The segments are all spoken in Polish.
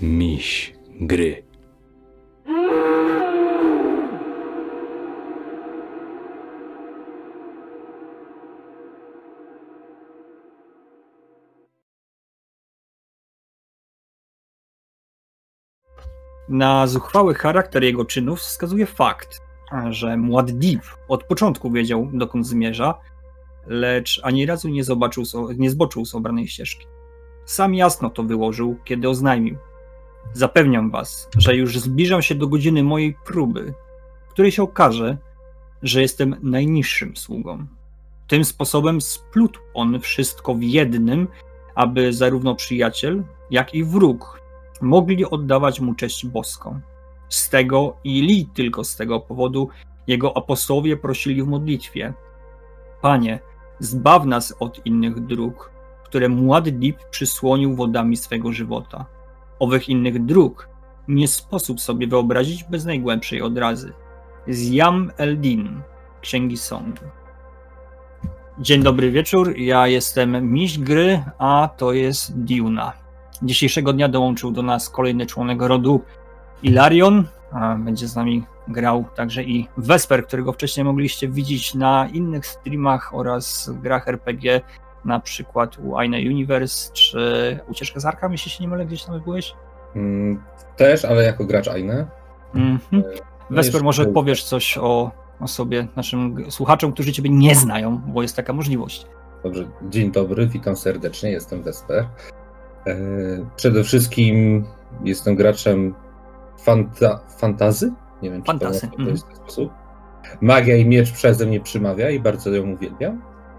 Miś gry. Na zuchwały charakter jego czynów wskazuje fakt, że Muad'Dib od początku wiedział, dokąd zmierza, lecz ani razu nie zboczył z obranej ścieżki. Sam jasno to wyłożył, kiedy oznajmił: zapewniam was, że już zbliżam się do godziny mojej próby, w której się okaże, że jestem najniższym sługą. Tym sposobem splótł on wszystko w jednym, aby zarówno przyjaciel, jak i wróg mogli oddawać mu cześć boską. Z tego i tylko z tego powodu jego apostołowie prosili w modlitwie: Panie, zbaw nas od innych dróg, które Muad'Dib przysłonił wodami swego żywota. Owych innych dróg nie sposób sobie wyobrazić bez najgłębszej odrazy. Zjam el-Din, Księgi Sądu. Dzień dobry wieczór, ja jestem Miś Gry, a to jest Diuna. Dzisiejszego dnia dołączył do nas kolejny członek rodu Ilarion. Będzie z nami grał także i Vesper, którego wcześniej mogliście widzieć na innych streamach oraz grach RPG, na przykład u Aina Universe czy Ucieczka z Arkham, jeśli się nie mylę, gdzieś tam byłeś? Też, ale jako gracz Aina. Vesper, może powiesz coś o sobie naszym słuchaczom, którzy ciebie nie znają, bo jest taka możliwość. Dobrze, dzień dobry, witam serdecznie, jestem Vesper. Przede wszystkim jestem graczem fantazy? Nie wiem, czy fantasy. To jest w ten sposób. Magia i miecz przeze mnie przemawia i bardzo ją uwielbiam.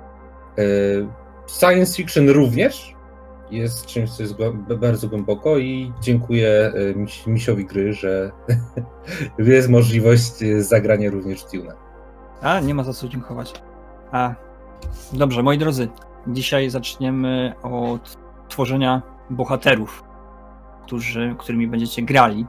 Science fiction również jest czymś, co jest bardzo głęboko i dziękuję Misiowi Gry, że jest możliwość zagrania również Duna. Nie ma za co dziękować. Dobrze, moi drodzy, dzisiaj zaczniemy od tworzenia bohaterów, którymi będziecie grali.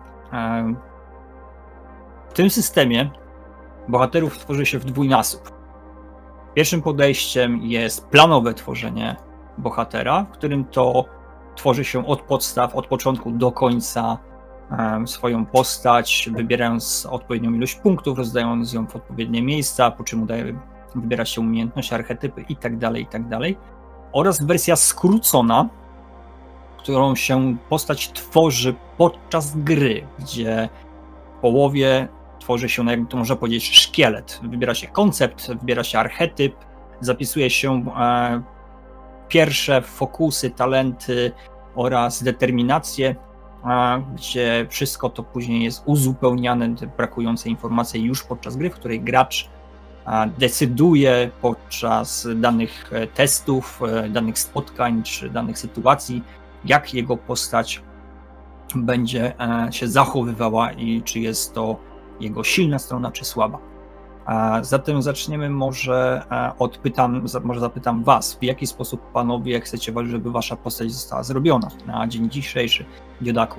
W tym systemie bohaterów tworzy się w dwójnasób. Pierwszym podejściem jest planowe tworzenie bohatera, w którym to tworzy się od podstaw, od początku do końca swoją postać, wybierając odpowiednią ilość punktów, rozdając ją w odpowiednie miejsca, po czym wybiera się umiejętności, archetypy itd. Oraz wersja skrócona, którą się postać tworzy podczas gry, gdzie w połowie tworzy się, jak to można powiedzieć, szkielet. Wybiera się koncept, wybiera się archetyp, zapisuje się pierwsze fokusy, talenty oraz determinacje, gdzie wszystko to później jest uzupełniane, te brakujące informacje już podczas gry, w której gracz decyduje podczas danych testów, danych spotkań czy danych sytuacji, jak jego postać będzie się zachowywała i czy jest to jego silna strona, czy słaba. Zatem zaczniemy może zapytam was, w jaki sposób panowie chcecie, żeby wasza postać została zrobiona na dzień dzisiejszy, Diodaku?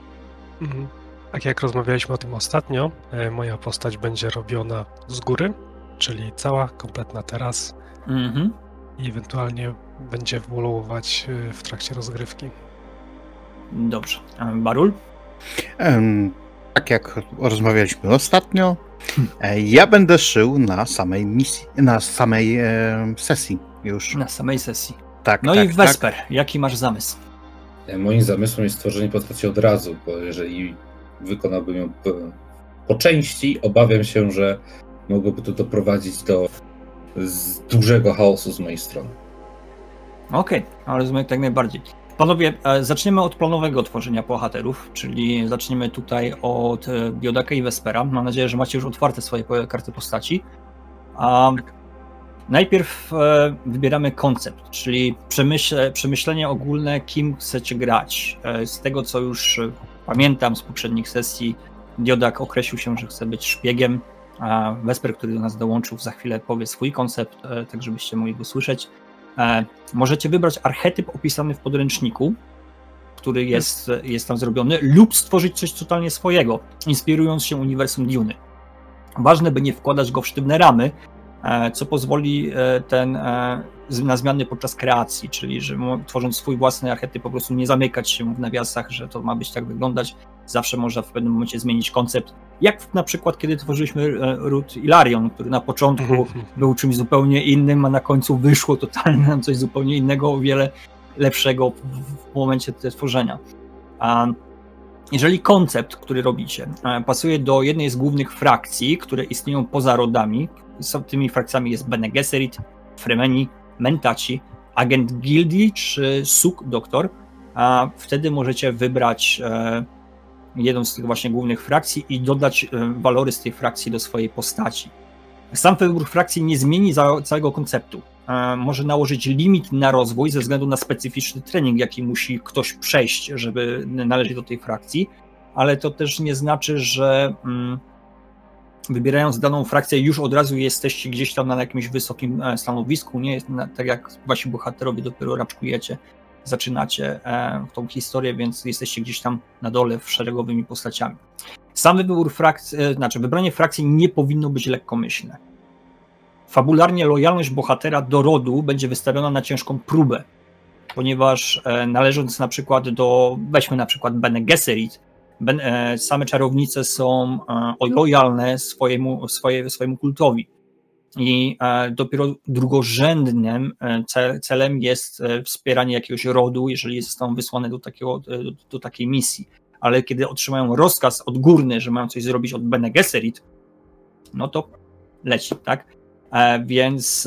Tak jak rozmawialiśmy o tym ostatnio, moja postać będzie robiona z góry, czyli cała, kompletna teraz i ewentualnie będzie ewoluować w trakcie rozgrywki. Dobrze. Barul? Tak jak rozmawialiśmy ostatnio, ja będę szył na samej misji, na samej sesji już. Na samej sesji. Tak. No tak, i Vesper, jaki masz zamysł? Moim zamysłem jest stworzenie postaci od razu, bo jeżeli wykonałbym ją po części, obawiam się, że mogłoby to doprowadzić do dużego chaosu z mojej strony. Okej, ale rozumiem jak najbardziej. Panowie, zaczniemy od planowego tworzenia bohaterów, czyli zaczniemy tutaj od Diodaka i Vespera. Mam nadzieję, że macie już otwarte swoje karty postaci. Najpierw wybieramy koncept, czyli przemyślenie ogólne, kim chcecie grać. Z tego, co już pamiętam z poprzednich sesji, Diodak określił się, że chce być szpiegiem, a Vesper, który do nas dołączył, za chwilę powie swój koncept, tak żebyście mogli go słyszeć. Możecie wybrać archetyp opisany w podręczniku, który jest tam zrobiony, lub stworzyć coś totalnie swojego, inspirując się uniwersum Duny. Ważne, by nie wkładać go w sztywne ramy, co pozwoli na zmiany podczas kreacji, czyli że tworząc swój własny archetyp po prostu nie zamykać się w nawiasach, że to ma być tak wyglądać. Zawsze można w pewnym momencie zmienić koncept. Jak na przykład, kiedy tworzyliśmy ród Ilarion, który na początku był czymś zupełnie innym, a na końcu wyszło totalnie nam coś zupełnie innego, o wiele lepszego w momencie tworzenia. Jeżeli koncept, który robicie, pasuje do jednej z głównych frakcji, które istnieją poza rodami, tymi frakcjami jest Bene Gesserit, Fremeni, Mentaci, Agent Gildii czy Suk Doktor, a wtedy możecie wybrać jedną z tych właśnie głównych frakcji i dodać walory z tej frakcji do swojej postaci. Sam wybór frakcji nie zmieni całego konceptu. Może nałożyć limit na rozwój ze względu na specyficzny trening, jaki musi ktoś przejść, żeby należeć do tej frakcji, ale to też nie znaczy, że wybierając daną frakcję już od razu jesteście gdzieś tam na jakimś wysokim stanowisku, nie jest tak jak wasi bohaterowie dopiero raczkujecie, zaczynacie tą historię, więc jesteście gdzieś tam na dole szeregowymi postaciami. Sam wybór frakcji, wybranie frakcji nie powinno być lekkomyślne. Fabularnie lojalność bohatera do rodu będzie wystawiona na ciężką próbę, ponieważ należąc na przykład weźmy na przykład Bene Gesserit, same czarownice są lojalne swojemu kultowi i dopiero drugorzędnym celem jest wspieranie jakiegoś rodu, jeżeli zostaną wysłane do takiej misji. Ale kiedy otrzymają rozkaz odgórny, że mają coś zrobić od Bene Gesserit, no to leci, tak? Więc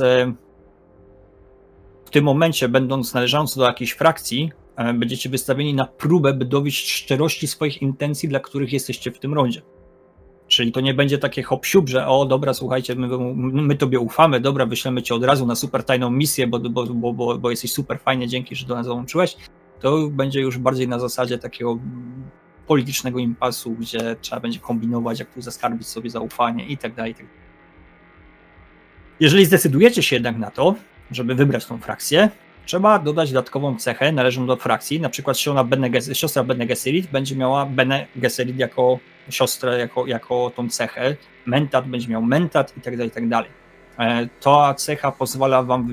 w tym momencie, będąc należący do jakiejś frakcji, będziecie wystawieni na próbę, by dowieść szczerości swoich intencji, dla których jesteście w tym rodzie. Czyli to nie będzie takie hop-siup, że o dobra, słuchajcie, my tobie ufamy, dobra, wyślemy cię od razu na super tajną misję, bo jesteś super fajnie, dzięki, że do nas dołączyłeś. To będzie już bardziej na zasadzie takiego politycznego impasu, gdzie trzeba będzie kombinować, jak tu zaskarbić sobie zaufanie i tak dalej. Jeżeli zdecydujecie się jednak na to, żeby wybrać tą frakcję, trzeba dodać dodatkową cechę należącą do frakcji. Na przykład siostra Bene Gesserit będzie miała Bene Gesserit jako siostrę, jako tą cechę. Mentat będzie miał mentat i tak dalej. Ta cecha pozwala wam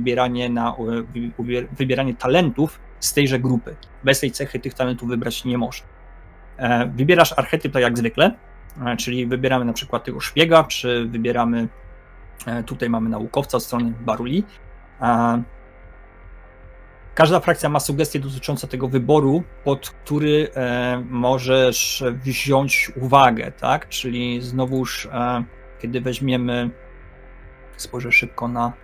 wybieranie talentów z tejże grupy. Bez tej cechy tych talentów wybrać nie można. Wybierasz archetyp tak jak zwykle, czyli wybieramy na przykład tego szpiega, czy wybieramy, tutaj mamy naukowca od strony Baruli. Każda frakcja ma sugestie dotyczące tego wyboru, pod który możesz wziąć uwagę, tak? Czyli znowuż, kiedy weźmiemy, spojrzę szybko na,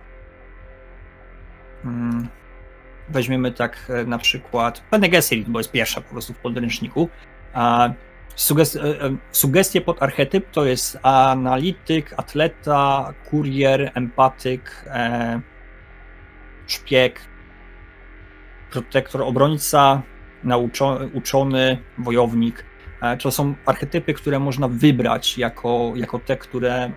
weźmiemy tak na przykład Bene Gesserit, bo jest pierwsza po prostu w podręczniku. Sugestie pod archetyp to jest analityk, atleta, kurier, empatyk, szpieg, protektor, obrońca, uczony, wojownik. To są archetypy, które można wybrać jako te, które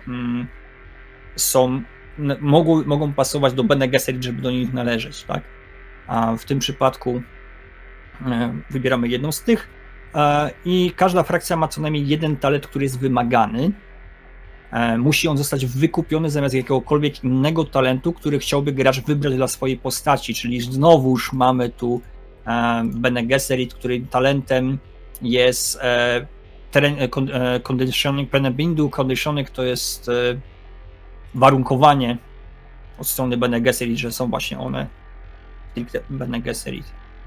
mogą pasować do Bene Gesserit, żeby do nich należeć. Tak? A w tym przypadku wybieramy jedną z tych i każda frakcja ma co najmniej jeden talent, który jest wymagany. Musi on zostać wykupiony zamiast jakiegokolwiek innego talentu, który chciałby gracz wybrać dla swojej postaci, czyli znowuż mamy tu Bene Gesserit, której talentem jest conditioning, Penebindu. Conditioning to jest warunkowanie od strony Bene Gesserit, że są właśnie one Bene Gesserit.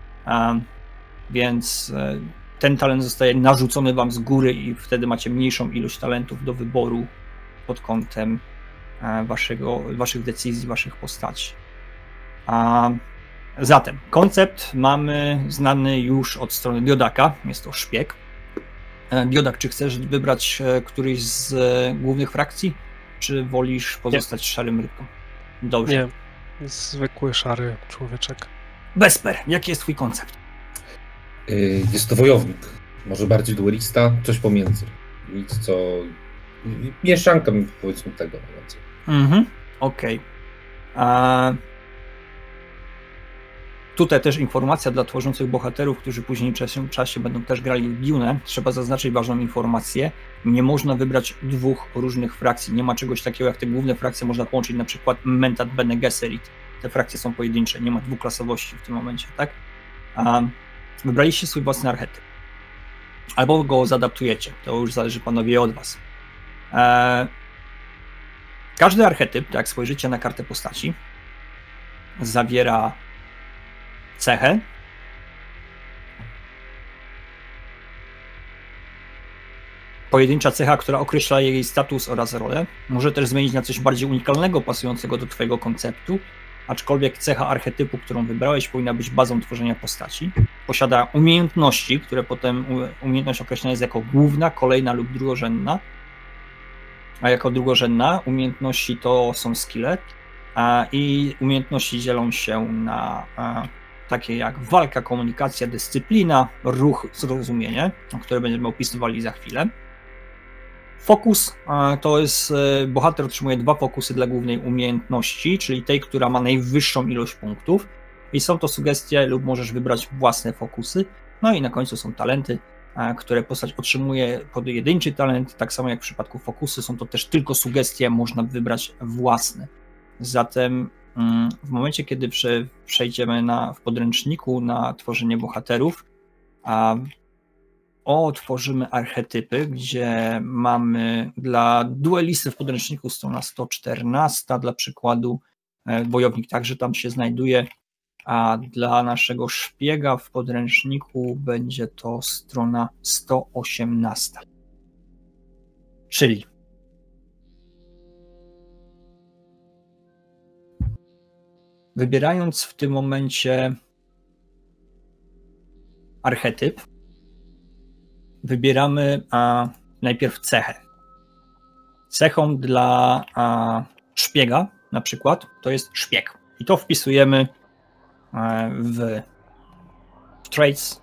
Więc ten talent zostaje narzucony wam z góry i wtedy macie mniejszą ilość talentów do wyboru pod kątem waszych decyzji, waszych postaci. Zatem koncept mamy znany już od strony Diodaka, jest to szpieg. Diodak, czy chcesz wybrać któryś z głównych frakcji, czy wolisz pozostać szarym rybką? Dobrze. Nie, zwykły szary człowieczek. Vesper, jaki jest twój koncept? Jest to wojownik, może bardziej duelista, coś pomiędzy. Nic co... mieszanka, powiedzmy, tego. Okej. Tutaj też informacja dla tworzących bohaterów, którzy później w czasie będą też grali w Dune. Trzeba zaznaczyć ważną informację. Nie można wybrać dwóch różnych frakcji. Nie ma czegoś takiego jak te główne frakcje. Można połączyć na przykład Mentat Bene Gesserit. te frakcje są pojedyncze, nie ma dwuklasowości w tym momencie, tak? Wybraliście swój własny archetyp. Albo go zaadaptujecie, to już zależy panowie od was. Każdy archetyp, jak spojrzycie na kartę postaci, zawiera cechę, pojedyncza cecha, która określa jej status oraz rolę. Może też zmienić na coś bardziej unikalnego, pasującego do twojego konceptu, aczkolwiek cecha archetypu, którą wybrałeś, powinna być bazą tworzenia postaci. Posiada umiejętności, które potem umiejętność określana jest jako główna, kolejna lub drugorzędna. A jako drugorzędna umiejętności to są skille i umiejętności dzielą się na takie jak walka, komunikacja, dyscyplina, ruch, zrozumienie, które będziemy opisywali za chwilę. Fokus to jest, bohater otrzymuje 2 fokusy dla głównej umiejętności, czyli tej, która ma najwyższą ilość punktów i są to sugestie lub możesz wybrać własne fokusy. No i na końcu są talenty, które postać otrzymuje pojedynczy talent, tak samo jak w przypadku fokusy, są to też tylko sugestie, można wybrać własne. Zatem w momencie, kiedy przejdziemy w podręczniku na tworzenie bohaterów, tworzymy archetypy, gdzie mamy dla duelisty w podręczniku strona 114, dla przykładu wojownik także tam się znajduje, a dla naszego szpiega w podręczniku będzie to strona 118. Czyli wybierając w tym momencie archetyp, wybieramy najpierw cechę. Cechą dla szpiega na przykład to jest szpieg. I to wpisujemy w traits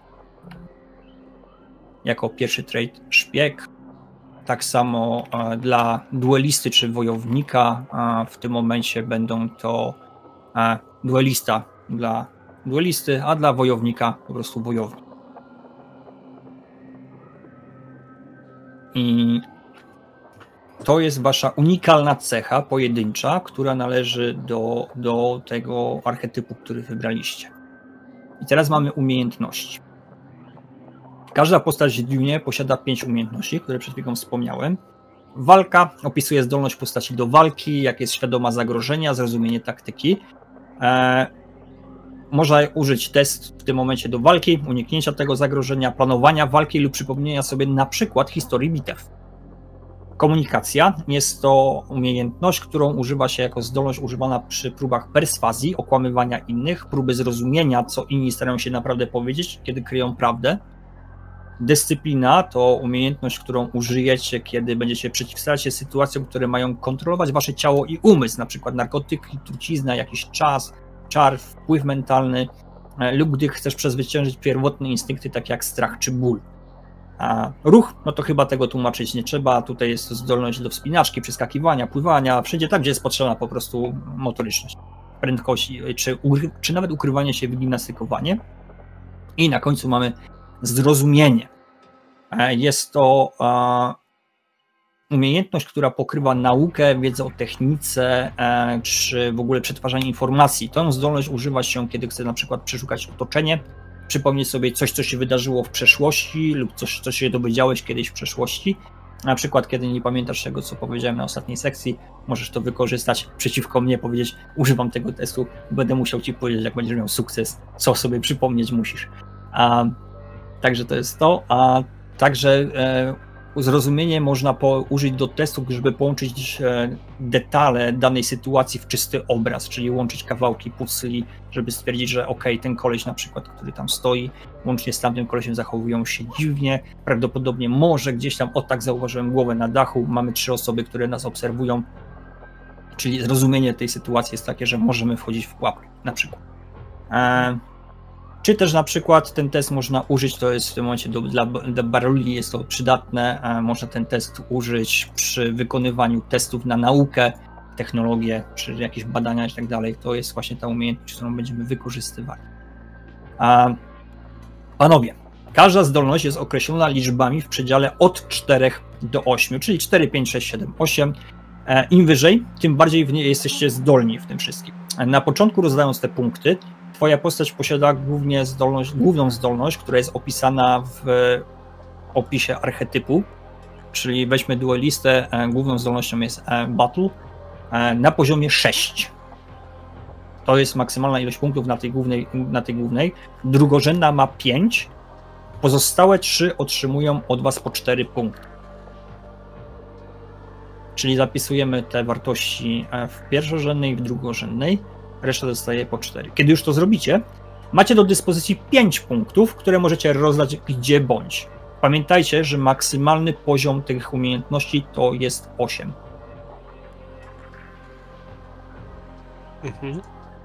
jako pierwszy trait szpieg. Tak samo dla duelisty czy wojownika w tym momencie będą to duelista dla duelisty, a dla wojownika po prostu wojownik. I to jest wasza unikalna cecha pojedyncza, która należy do tego archetypu, który wybraliście. I teraz mamy umiejętności. Każda postać w Dune posiada 5 umiejętności, które przed chwilą wspomniałem. Walka opisuje zdolność postaci do walki, jak jest świadoma zagrożenia, zrozumienie taktyki. Można użyć test w tym momencie do walki, uniknięcia tego zagrożenia, planowania walki lub przypomnienia sobie na przykład historii bitew. Komunikacja jest to umiejętność, którą używa się jako zdolność używana przy próbach perswazji, okłamywania innych, próby zrozumienia, co inni starają się naprawdę powiedzieć, kiedy kryją prawdę. Dyscyplina to umiejętność, którą użyjecie, kiedy będziecie przeciwstawiać się sytuacjom, które mają kontrolować wasze ciało i umysł, na przykład narkotyki, trucizna, jakiś czar, wpływ mentalny, lub gdy chcesz przezwyciężyć pierwotne instynkty, takie jak strach czy ból. A ruch, no to chyba tego tłumaczyć nie trzeba, tutaj jest to zdolność do wspinaczki, przeskakiwania, pływania, wszędzie tam, gdzie jest potrzebna po prostu motoryczność, prędkość, czy nawet ukrywanie się, wygimnastykowanie. I na końcu mamy zrozumienie. Jest to umiejętność, która pokrywa naukę, wiedzę o technice, czy w ogóle przetwarzanie informacji. Tą zdolność używa się, kiedy chce na przykład przeszukać otoczenie, przypomnieć sobie coś, co się wydarzyło w przeszłości lub coś, co się dowiedziałeś kiedyś w przeszłości. Na przykład, kiedy nie pamiętasz tego, co powiedziałem na ostatniej sekcji, możesz to wykorzystać przeciwko mnie, powiedzieć, używam tego testu, będę musiał ci powiedzieć, jak będziesz miał sukces, co sobie przypomnieć musisz. Także to jest to, a także zrozumienie można użyć do testu, żeby połączyć detale danej sytuacji w czysty obraz, czyli łączyć kawałki puzli, żeby stwierdzić, że okej, ten koleś na przykład, który tam stoi, łącznie z tamtym kolesiem zachowują się dziwnie, prawdopodobnie może gdzieś tam, tak zauważyłem głowę na dachu, mamy 3 osoby, które nas obserwują, czyli zrozumienie tej sytuacji jest takie, że możemy wchodzić w pułapkę, na przykład. Czy też na przykład ten test można użyć, to jest w tym momencie dla baruli jest to przydatne, można ten test użyć przy wykonywaniu testów na naukę, technologię, czy jakieś badania i tak dalej. To jest właśnie ta umiejętność, którą będziemy wykorzystywali. Panowie, każda zdolność jest określona liczbami w przedziale od 4 do 8, czyli 4, 5, 6, 7, 8. Im wyżej, tym bardziej jesteście zdolni w tym wszystkim. Na początku, rozdając te punkty, twoja postać posiada główną zdolność, która jest opisana w opisie archetypu, czyli weźmy duelistę, główną zdolnością jest battle, na poziomie 6. To jest maksymalna ilość punktów na tej głównej. Drugorzędna ma 5, pozostałe 3 otrzymują od was po 4 punkty. Czyli zapisujemy te wartości w pierwszorzędnej i w drugorzędnej, reszta dostaje po 4. Kiedy już to zrobicie, macie do dyspozycji 5 punktów, które możecie rozdać gdzie bądź. Pamiętajcie, że maksymalny poziom tych umiejętności to jest 8. Mhm.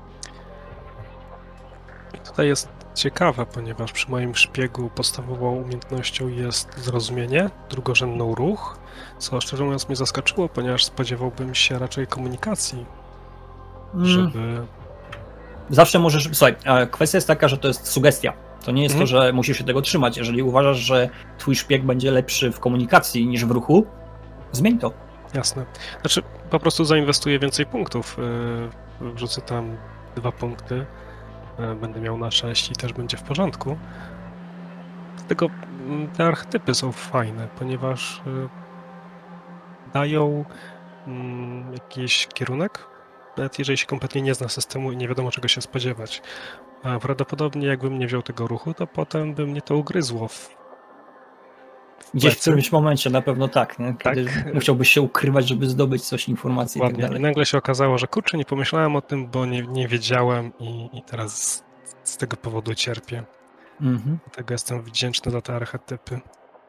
I tutaj jest ciekawe, ponieważ przy moim szpiegu podstawową umiejętnością jest zrozumienie, drugorzędną ruch, co szczerze mówiąc mnie zaskoczyło, ponieważ spodziewałbym się raczej komunikacji, żeby... Zawsze możesz... Słuchaj, kwestia jest taka, że to jest sugestia. To nie jest to, że musisz się tego trzymać. Jeżeli uważasz, że twój szpieg będzie lepszy w komunikacji niż w ruchu, zmień to. Jasne. Znaczy, po prostu zainwestuję więcej punktów. Wrzucę tam 2 punkty. Będę miał na 6 i też będzie w porządku. Dlatego te archetypy są fajne, ponieważ dają jakiś kierunek, nawet jeżeli się kompletnie nie zna systemu i nie wiadomo czego się spodziewać. A prawdopodobnie jakbym nie wziął tego ruchu, to potem by mnie to ugryzło Gdzieś w którymś momencie na pewno tak, nie? Kiedy musiałbyś się ukrywać, żeby zdobyć coś, informacji i tak dalej. I nagle się okazało, że kurczę, nie pomyślałem o tym, bo nie wiedziałem i teraz z tego powodu cierpię. Dlatego jestem wdzięczny za te archetypy.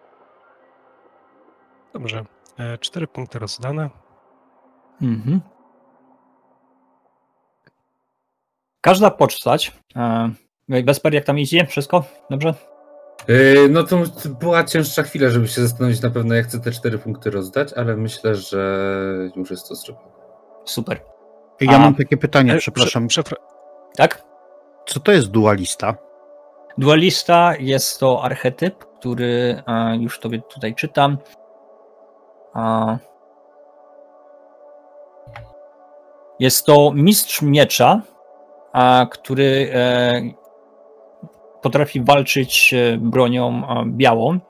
Dobrze. 4 punkty rozdane. Każda postać... Vesper, jak tam idzie? Wszystko? Dobrze? No to była cięższa chwila, żeby się zastanowić na pewno, jak chcę te 4 punkty rozdać, ale myślę, że już jest to zrobione. Super. Ja mam takie pytanie, przepraszam. Tak? Co to jest dualista? Dualista jest to archetyp, który już tobie tutaj czytam. Jest to mistrz miecza, który potrafi walczyć bronią białą.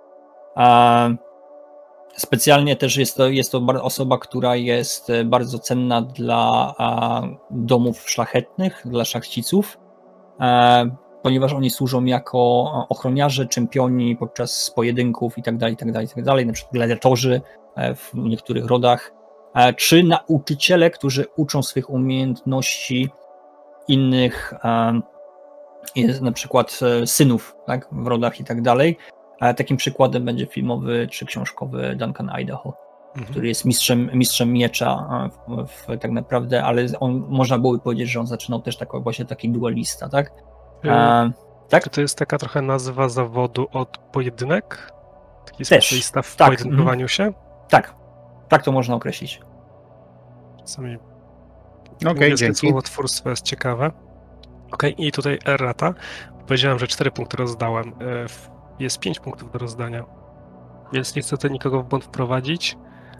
Specjalnie też jest to osoba, która jest bardzo cenna dla domów szlachetnych, dla szlachciców, ponieważ oni służą jako ochroniarze, czempioni podczas pojedynków itd., na przykład gladiatorzy w niektórych rodach, czy nauczyciele, którzy uczą swych umiejętności innych, na przykład synów, tak, w rodach i tak dalej. Takim przykładem będzie filmowy czy książkowy Duncan Idaho, który jest mistrzem miecza tak naprawdę, ale można byłoby powiedzieć, że on zaczynał też właśnie taki dualista, tak? Tak? Czy to jest taka trochę nazwa zawodu od pojedynek? Taki specjalista w pojedynkowaniu się? Tak, tak to można określić. Czasami dzięki. Słowotwórstwo jest ciekawe. I tutaj errata. Powiedziałem, że 4 punkty rozdałem. Jest 5 punktów do rozdania. Więc nie chcę tutaj nikogo w błąd wprowadzić.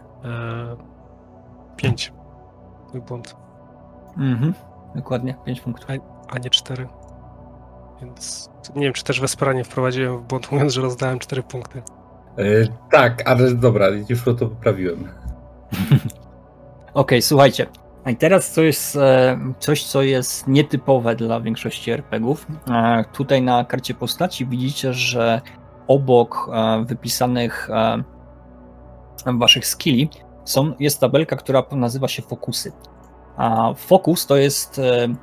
5. Mój błąd. Dokładnie, 5 punktów. A nie 4. Więc nie wiem, czy też Vespera nie wprowadziłem w błąd, mówiąc, że rozdałem 4 punkty. Tak, ale dobra, już to poprawiłem. Okej, słuchajcie. I teraz to jest coś, co jest nietypowe dla większości RPG-ów. Tutaj na karcie postaci widzicie, że obok wypisanych waszych skilli jest tabelka, która nazywa się fokusy. A fokus to jest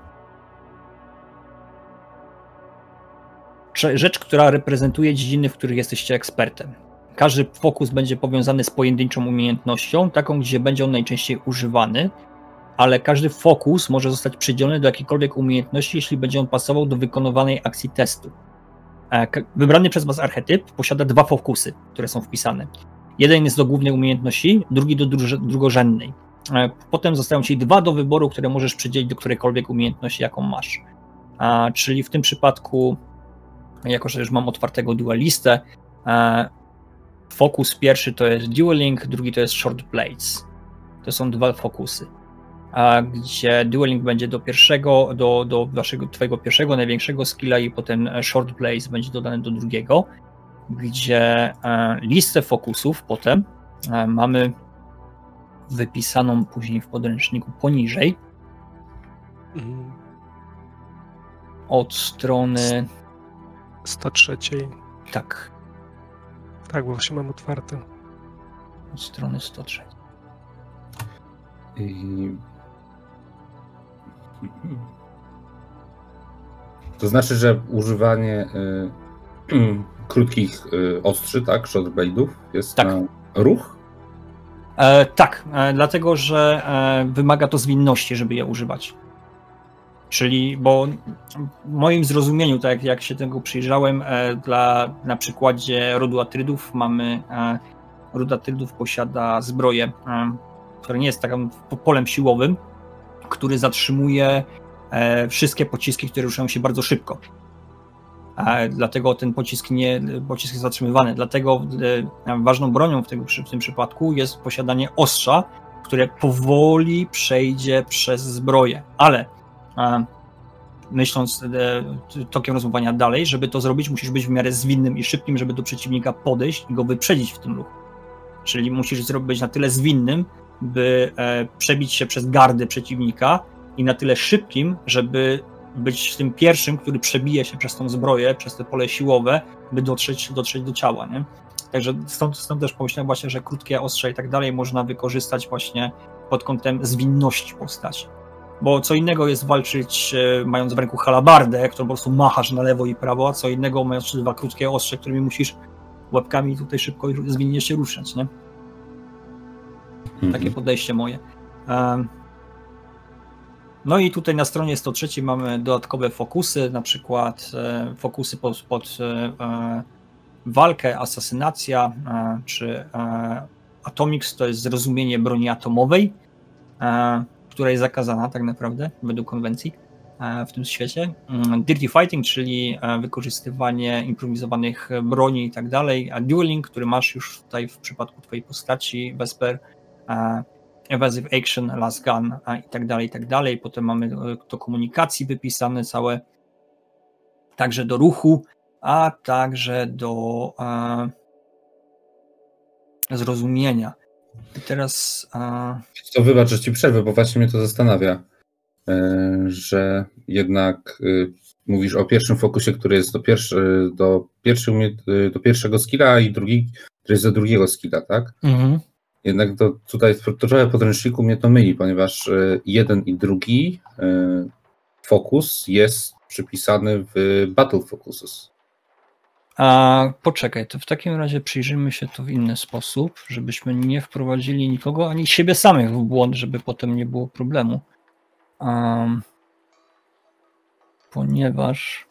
rzecz, która reprezentuje dziedziny, w których jesteście ekspertem. Każdy fokus będzie powiązany z pojedynczą umiejętnością, taką, gdzie będzie on najczęściej używany, ale każdy fokus może zostać przydzielony do jakiejkolwiek umiejętności, jeśli będzie on pasował do wykonywanej akcji testu. Wybrany przez was archetyp posiada 2 fokusy, które są wpisane. Jeden jest do głównej umiejętności, drugi do drugorzędnej. Potem zostają ci 2 do wyboru, które możesz przydzielić do którejkolwiek umiejętności, jaką masz. Czyli w tym przypadku, jako że już mam otwartego dualistę, fokus pierwszy to jest dueling, drugi to jest short blades. to są 2 fokusy, gdzie dueling będzie do pierwszego, do twojego pierwszego, największego skilla i potem short blaze będzie dodany do drugiego, gdzie listę fokusów potem mamy wypisaną później w podręczniku poniżej od strony 103. Tak, bo właśnie mam otwarte. od strony 103. To znaczy, że używanie krótkich ostrzy, tak, shortblade'ów jest Tak. na ruch? Tak, dlatego, że wymaga to zwinności, żeby je używać. Czyli, bo w moim zrozumieniu, tak jak się tego przyjrzałem, na przykładzie rodu Atrydów mamy, ród Atrydów posiada zbroję, która nie jest takim polem siłowym, który zatrzymuje wszystkie pociski, które ruszają się bardzo szybko. Dlatego ten pocisk jest zatrzymywany. Dlatego ważną bronią w tym przypadku jest posiadanie ostrza, które powoli przejdzie przez zbroję. Ale myśląc tokiem rozmowania dalej, żeby to zrobić, musisz być w miarę zwinnym i szybkim, żeby do przeciwnika podejść i go wyprzedzić w tym ruchu. Czyli musisz być na tyle zwinnym, by przebić się przez gardę przeciwnika i na tyle szybkim, żeby być tym pierwszym, który przebije się przez tą zbroję, przez te pole siłowe, by dotrzeć do ciała, nie? Także stąd też pomyślałem właśnie, że krótkie ostrze i tak dalej można wykorzystać właśnie pod kątem zwinności postaci. Bo co innego jest walczyć mając w ręku halabardę, którą po prostu machasz na lewo i prawo, a co innego mając 2 krótkie ostrze, którymi musisz łapkami tutaj szybko i zwinnie się ruszać, nie? Takie podejście moje. No i tutaj na stronie 103 mamy dodatkowe fokusy, na przykład fokusy pod walkę, asasynacja, czy Atomics to jest zrozumienie broni atomowej, która jest zakazana tak naprawdę według konwencji w tym świecie. Dirty Fighting, czyli wykorzystywanie improwizowanych broni i tak dalej, a Dueling, który masz już tutaj w przypadku twojej postaci, Vesper, Evasive Action, Last Gun i tak dalej. Potem mamy do komunikacji wypisane całe, także do ruchu, a także do zrozumienia. I teraz... To wybacz, że ci przerwę, bo właśnie mnie to zastanawia, że jednak mówisz o pierwszym fokusie, który jest do pierwszego skilla i drugi, który jest do drugiego skilla, tak? Mhm. Jednak tutaj trochę w podręczniku mnie to myli, ponieważ jeden i drugi fokus jest przypisany w Battle Focuses. Poczekaj, to w takim razie przyjrzymy się to w inny sposób, żebyśmy nie wprowadzili nikogo, ani siebie samych w błąd, żeby potem nie było problemu. Ponieważ...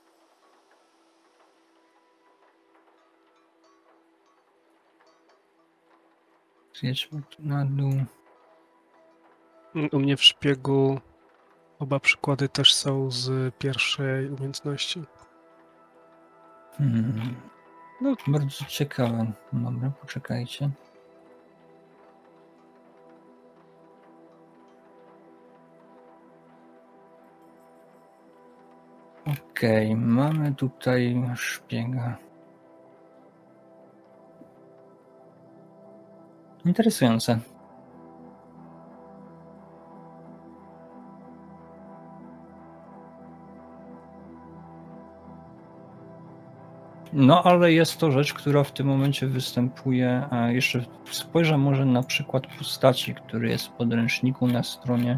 Zjedźmy tu na dół. U mnie w szpiegu oba przykłady też są z pierwszej umiejętności. No, bardzo ciekawe. Dobra, poczekajcie. Okej, mamy tutaj szpiega. Interesujące. No, ale jest to rzecz, która w tym momencie występuje. Jeszcze spojrzę może na przykład postaci, który jest w podręczniku na stronie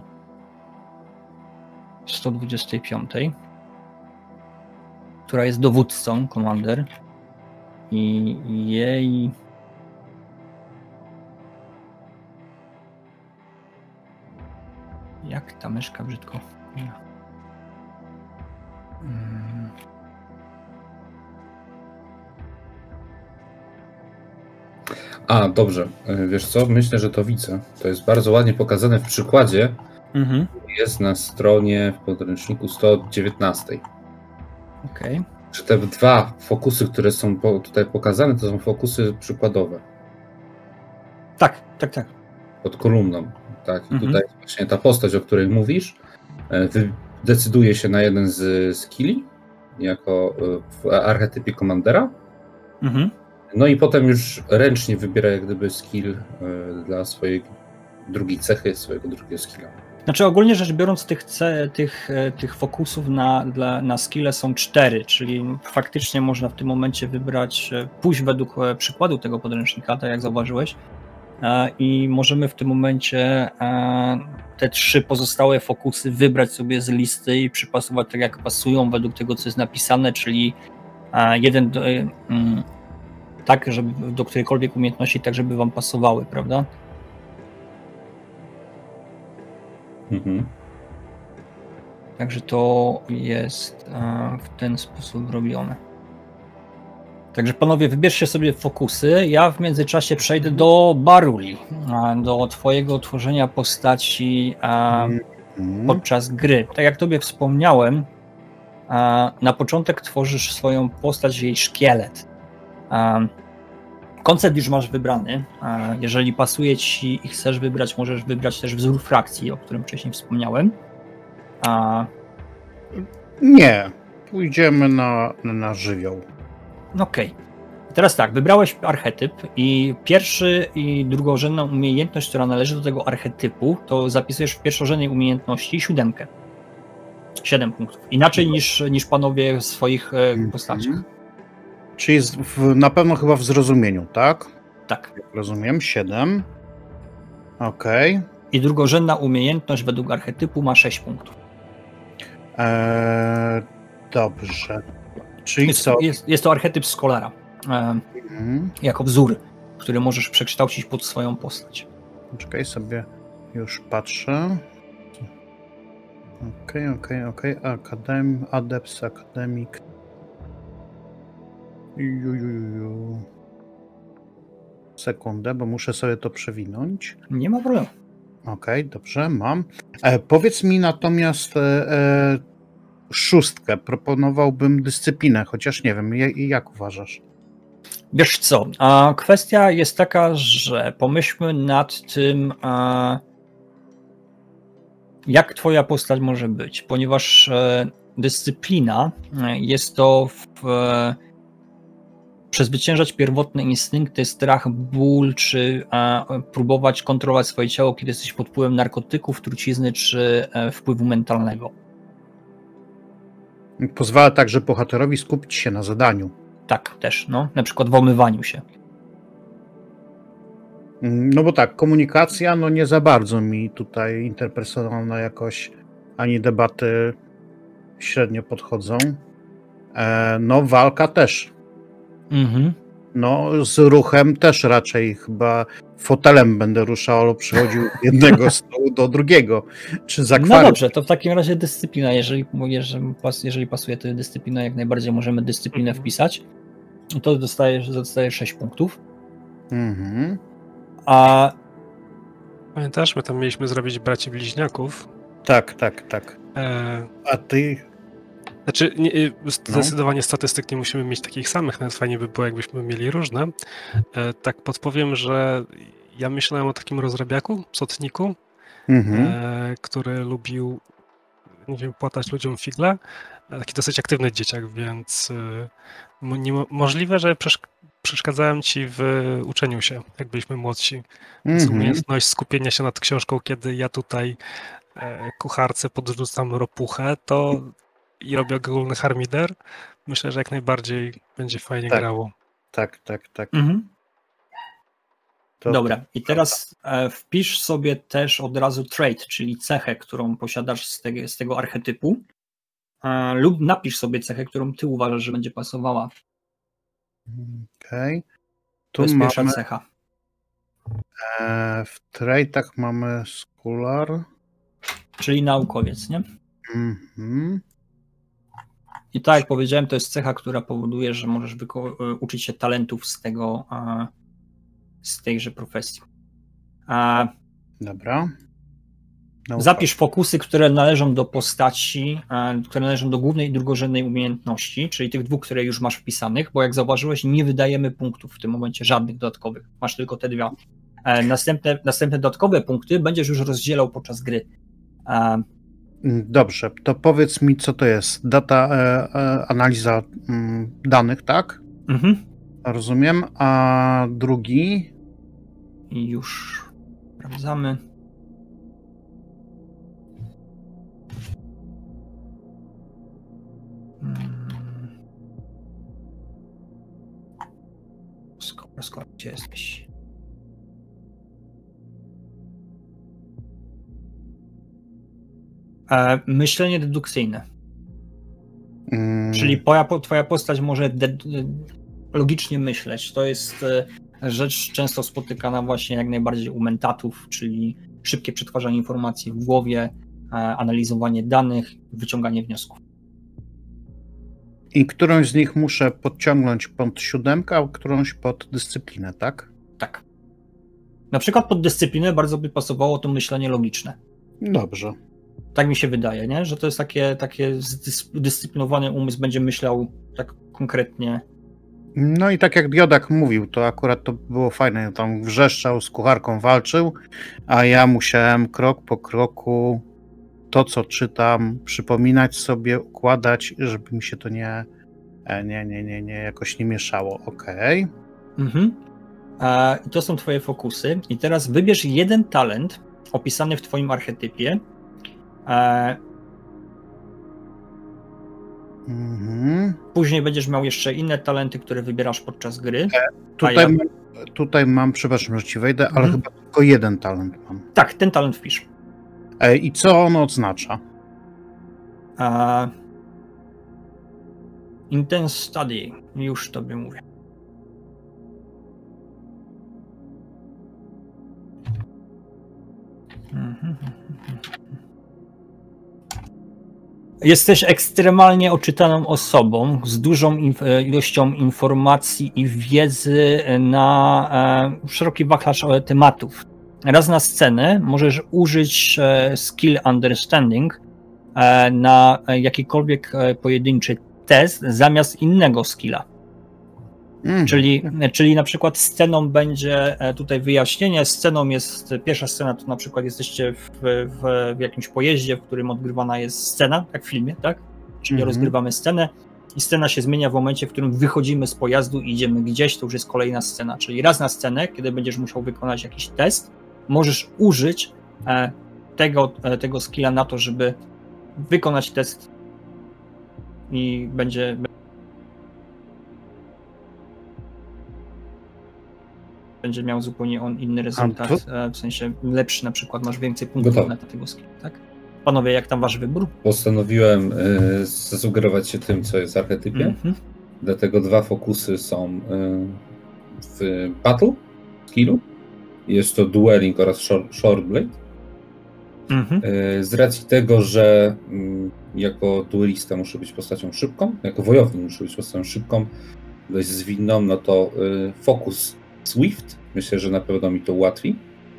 125, która jest dowódcą, komander, i jej... Jak ta myszka brzydko... Dobrze. Wiesz co? Myślę, że to widzę. To jest bardzo ładnie pokazane w przykładzie. Jest na stronie w podręczniku 119. Okej. Że te 2 fokusy, które są tutaj pokazane, to są fokusy przykładowe. Tak. pod kolumną. Tak? I tutaj właśnie ta postać, o której mówisz, decyduje się na jeden z skilli, jako w archetypie komandera. No i potem już ręcznie wybiera jak gdyby skill dla swojej drugiej cechy, swojego drugiego skilla. Znaczy ogólnie rzecz biorąc tych fokusów na skille są 4, czyli faktycznie można w tym momencie wybrać, pójść według przykładu tego podręcznika, tak jak zauważyłeś, i możemy w tym momencie te 3 pozostałe fokusy wybrać sobie z listy i przypasować tak jak pasują według tego co jest napisane, czyli jeden tak, żeby do którejkolwiek umiejętności tak, żeby wam pasowały, prawda? Także to jest w ten sposób robione. Także panowie, wybierzcie sobie fokusy. Ja w międzyczasie przejdę do Baruli, do twojego tworzenia postaci podczas gry. Tak jak tobie wspomniałem, na początek tworzysz swoją postać, jej szkielet. Koncept już masz wybrany. Jeżeli pasuje ci i chcesz wybrać, możesz wybrać też wzór frakcji, o którym wcześniej wspomniałem. Nie, pójdziemy na żywioł. Okej. Teraz tak, wybrałeś archetyp i pierwszy i drugorzędną umiejętność, która należy do tego archetypu, to zapisujesz w pierwszorzędnej umiejętności 7. 7 punktów. Inaczej niż panowie w swoich postaciach. Czyli na pewno chyba w zrozumieniu, tak? Tak. Rozumiem, 7. Okej. I drugorzędna umiejętność według archetypu ma 6 punktów. Dobrze. Czyli co? Jest to archetyp Scholara. Jako wzór, który możesz przekształcić pod swoją postać. Czekaj, sobie już patrzę. Okej. Adept, Academic. Sekundę, bo muszę sobie to przewinąć. Nie ma problemu. Okej, dobrze, mam. Powiedz mi natomiast 6. Proponowałbym dyscyplinę, chociaż nie wiem, jak uważasz? Wiesz co, kwestia jest taka, że pomyślmy nad tym, jak twoja postać może być, ponieważ dyscyplina jest to przezwyciężać pierwotne instynkty, strach, ból, czy próbować kontrolować swoje ciało, kiedy jesteś pod wpływem narkotyków, trucizny, czy wpływu mentalnego. Pozwala także bohaterowi skupić się na zadaniu. Tak, też, no. Na przykład w omywaniu się. No bo tak, komunikacja, no nie za bardzo mi tutaj interpersonalna jakoś, ani debaty średnio podchodzą. No walka też. No z ruchem też raczej chyba fotelem będę ruszał, albo przychodził z jednego stołu do drugiego. Czy z akwarium. No dobrze, to w takim razie dyscyplina. Jeżeli pasuje to dyscyplina, jak najbardziej możemy dyscyplinę wpisać. To dostajesz 6 punktów. Pamiętasz, my tam mieliśmy zrobić braci bliźniaków. Tak. A ty... Znaczy, zdecydowanie statystyk nie musimy mieć takich samych, nawet fajnie by było, jakbyśmy mieli różne. Tak podpowiem, że ja myślałem o takim rozrabiaku, sotniku, który lubił, nie wiem, płatać ludziom figle. Taki dosyć aktywny dzieciak, więc możliwe, że przeszkadzałem ci w uczeniu się, jak byliśmy młodsi. Więc umiejętność skupienia się nad książką, kiedy ja tutaj kucharce podrzucam ropuchę, i robię ogólny harmider, myślę, że jak najbardziej będzie fajnie grało. Tak. Dobra, i teraz wpisz sobie też od razu trait, czyli cechę, którą posiadasz z tego archetypu, lub napisz sobie cechę, którą ty uważasz, że będzie pasowała. Okej. To jest pierwsza cecha. W traitach mamy scholar. Czyli naukowiec, nie? I tak jak powiedziałem, to jest cecha, która powoduje, że możesz uczyć się talentów z tejże profesji. Dobra. Zapisz fokusy, które należą do postaci, które należą do głównej i drugorzędnej umiejętności, czyli tych 2, które już masz wpisanych, bo jak zauważyłeś, nie wydajemy punktów w tym momencie, żadnych dodatkowych. Masz tylko te 2. Następne dodatkowe punkty będziesz już rozdzielał podczas gry. Dobrze, to powiedz mi, co to jest. Analiza danych, tak? Mhm. Rozumiem. A drugi? I już sprawdzamy. Skoro gdzie jesteś? Myślenie dedukcyjne. Czyli twoja postać może logicznie myśleć. To jest rzecz często spotykana właśnie jak najbardziej u mentatów, czyli szybkie przetwarzanie informacji w głowie, analizowanie danych, wyciąganie wniosków. I którąś z nich muszę podciągnąć pod 7, a którąś pod dyscyplinę, tak? Tak. Na przykład pod dyscyplinę bardzo by pasowało to myślenie logiczne. Dobrze. Tak mi się wydaje, nie? Że to jest takie zdyscyplinowany umysł będzie myślał tak konkretnie. No i tak jak Diodak mówił, to akurat to było fajne. Tam wrzeszczał, z kucharką walczył, a ja musiałem krok po kroku to, co czytam, przypominać sobie, układać, żeby mi się to nie jakoś nie mieszało. Okej. Mhm. I to są twoje fokusy. I teraz wybierz jeden talent opisany w twoim archetypie. Później będziesz miał jeszcze inne talenty, które wybierasz podczas gry. Tutaj mam, przepraszam, że ci wejdę, ale chyba tylko jeden talent mam. Tak, ten talent wpisz. I co on oznacza? Intense Study, już tobie mówię. Jesteś ekstremalnie oczytaną osobą z dużą ilością informacji i wiedzy na szeroki wachlarz tematów. Raz na scenę możesz użyć skill understanding na jakikolwiek pojedynczy test zamiast innego skilla. Czyli na przykład sceną będzie tutaj wyjaśnienie. Sceną jest pierwsza scena, to na przykład jesteście w jakimś pojeździe, w którym odgrywana jest scena, jak w filmie, tak? Czyli rozgrywamy scenę i scena się zmienia w momencie, w którym wychodzimy z pojazdu i idziemy gdzieś, to już jest kolejna scena. Czyli raz na scenę, kiedy będziesz musiał wykonać jakiś test, możesz użyć tego skilla na to, żeby wykonać test i będzie miał zupełnie on inny rezultat, w sensie lepszy, na przykład masz więcej punktów na tego skilla, tak? Panowie, jak tam wasz wybór? Postanowiłem zasugerować się tym, co jest w archetypie, dlatego 2 fokusy są w battle skillu. Jest to dueling oraz shortblade. Z racji tego, że jako duelista muszę być postacią szybką, jako wojownik muszę być postacią szybką, dość zwinną, no to fokus Swift, myślę, że na pewno mi to ułatwi.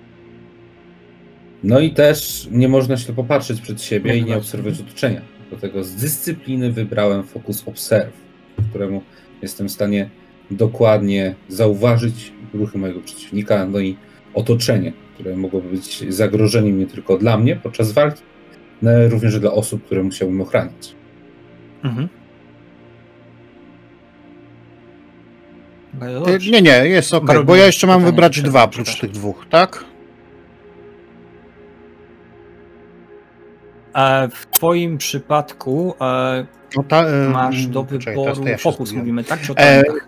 No i też nie można się popatrzeć przed siebie i nie obserwować otoczenia. Dlatego z dyscypliny wybrałem fokus Observe, któremu jestem w stanie dokładnie zauważyć ruchy mojego przeciwnika, no i otoczenie, które mogłoby być zagrożeniem nie tylko dla mnie podczas walki, ale również dla osób, które musiałbym ochraniać. Nie, jest okej, bo ja jeszcze mam wybrać 2 oprócz tych 2, tak? W twoim przypadku masz do wyboru fokus, mówimy, tak? Czy o talentach?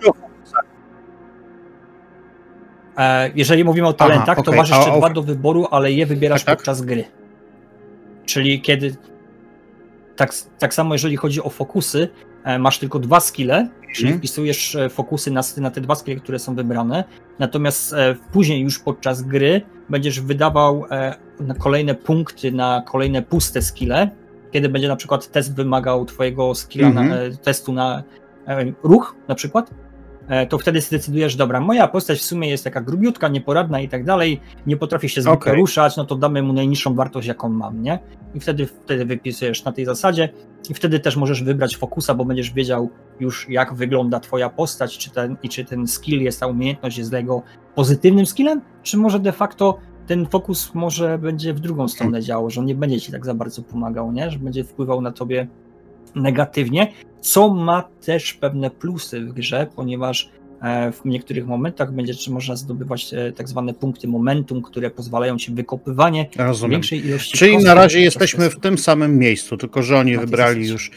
Jeżeli mówimy o talentach, to masz jeszcze 2 do wyboru, ale je wybierasz podczas gry. Czyli kiedy... Tak samo jeżeli chodzi o fokusy, masz tylko 2 skille, czyli wpisujesz fokusy na te 2 skille, które są wybrane, natomiast później już podczas gry będziesz wydawał kolejne punkty na kolejne puste skille, kiedy będzie na przykład test wymagał twojego skilla testu na ruch na przykład, to wtedy zdecydujesz, dobra, moja postać w sumie jest taka grubiutka, nieporadna i tak dalej, nie potrafi się zbyt ruszać, no to damy mu najniższą wartość, jaką mam, nie? I wtedy wypisujesz na tej zasadzie i wtedy też możesz wybrać fokusa, bo będziesz wiedział już, jak wygląda twoja postać, czy ten skill jest, ta umiejętność jest dla jego pozytywnym skillem, czy może de facto ten fokus może będzie w drugą stronę działał, że on nie będzie ci tak za bardzo pomagał, nie? Że będzie wpływał na tobie negatywnie, co ma też pewne plusy w grze, ponieważ w niektórych momentach będzie można zdobywać tak zwane punkty momentum, które pozwalają ci wykopywanie większej ilości. Czyli na razie jesteśmy w tym samym miejscu, tylko że oni wybrali już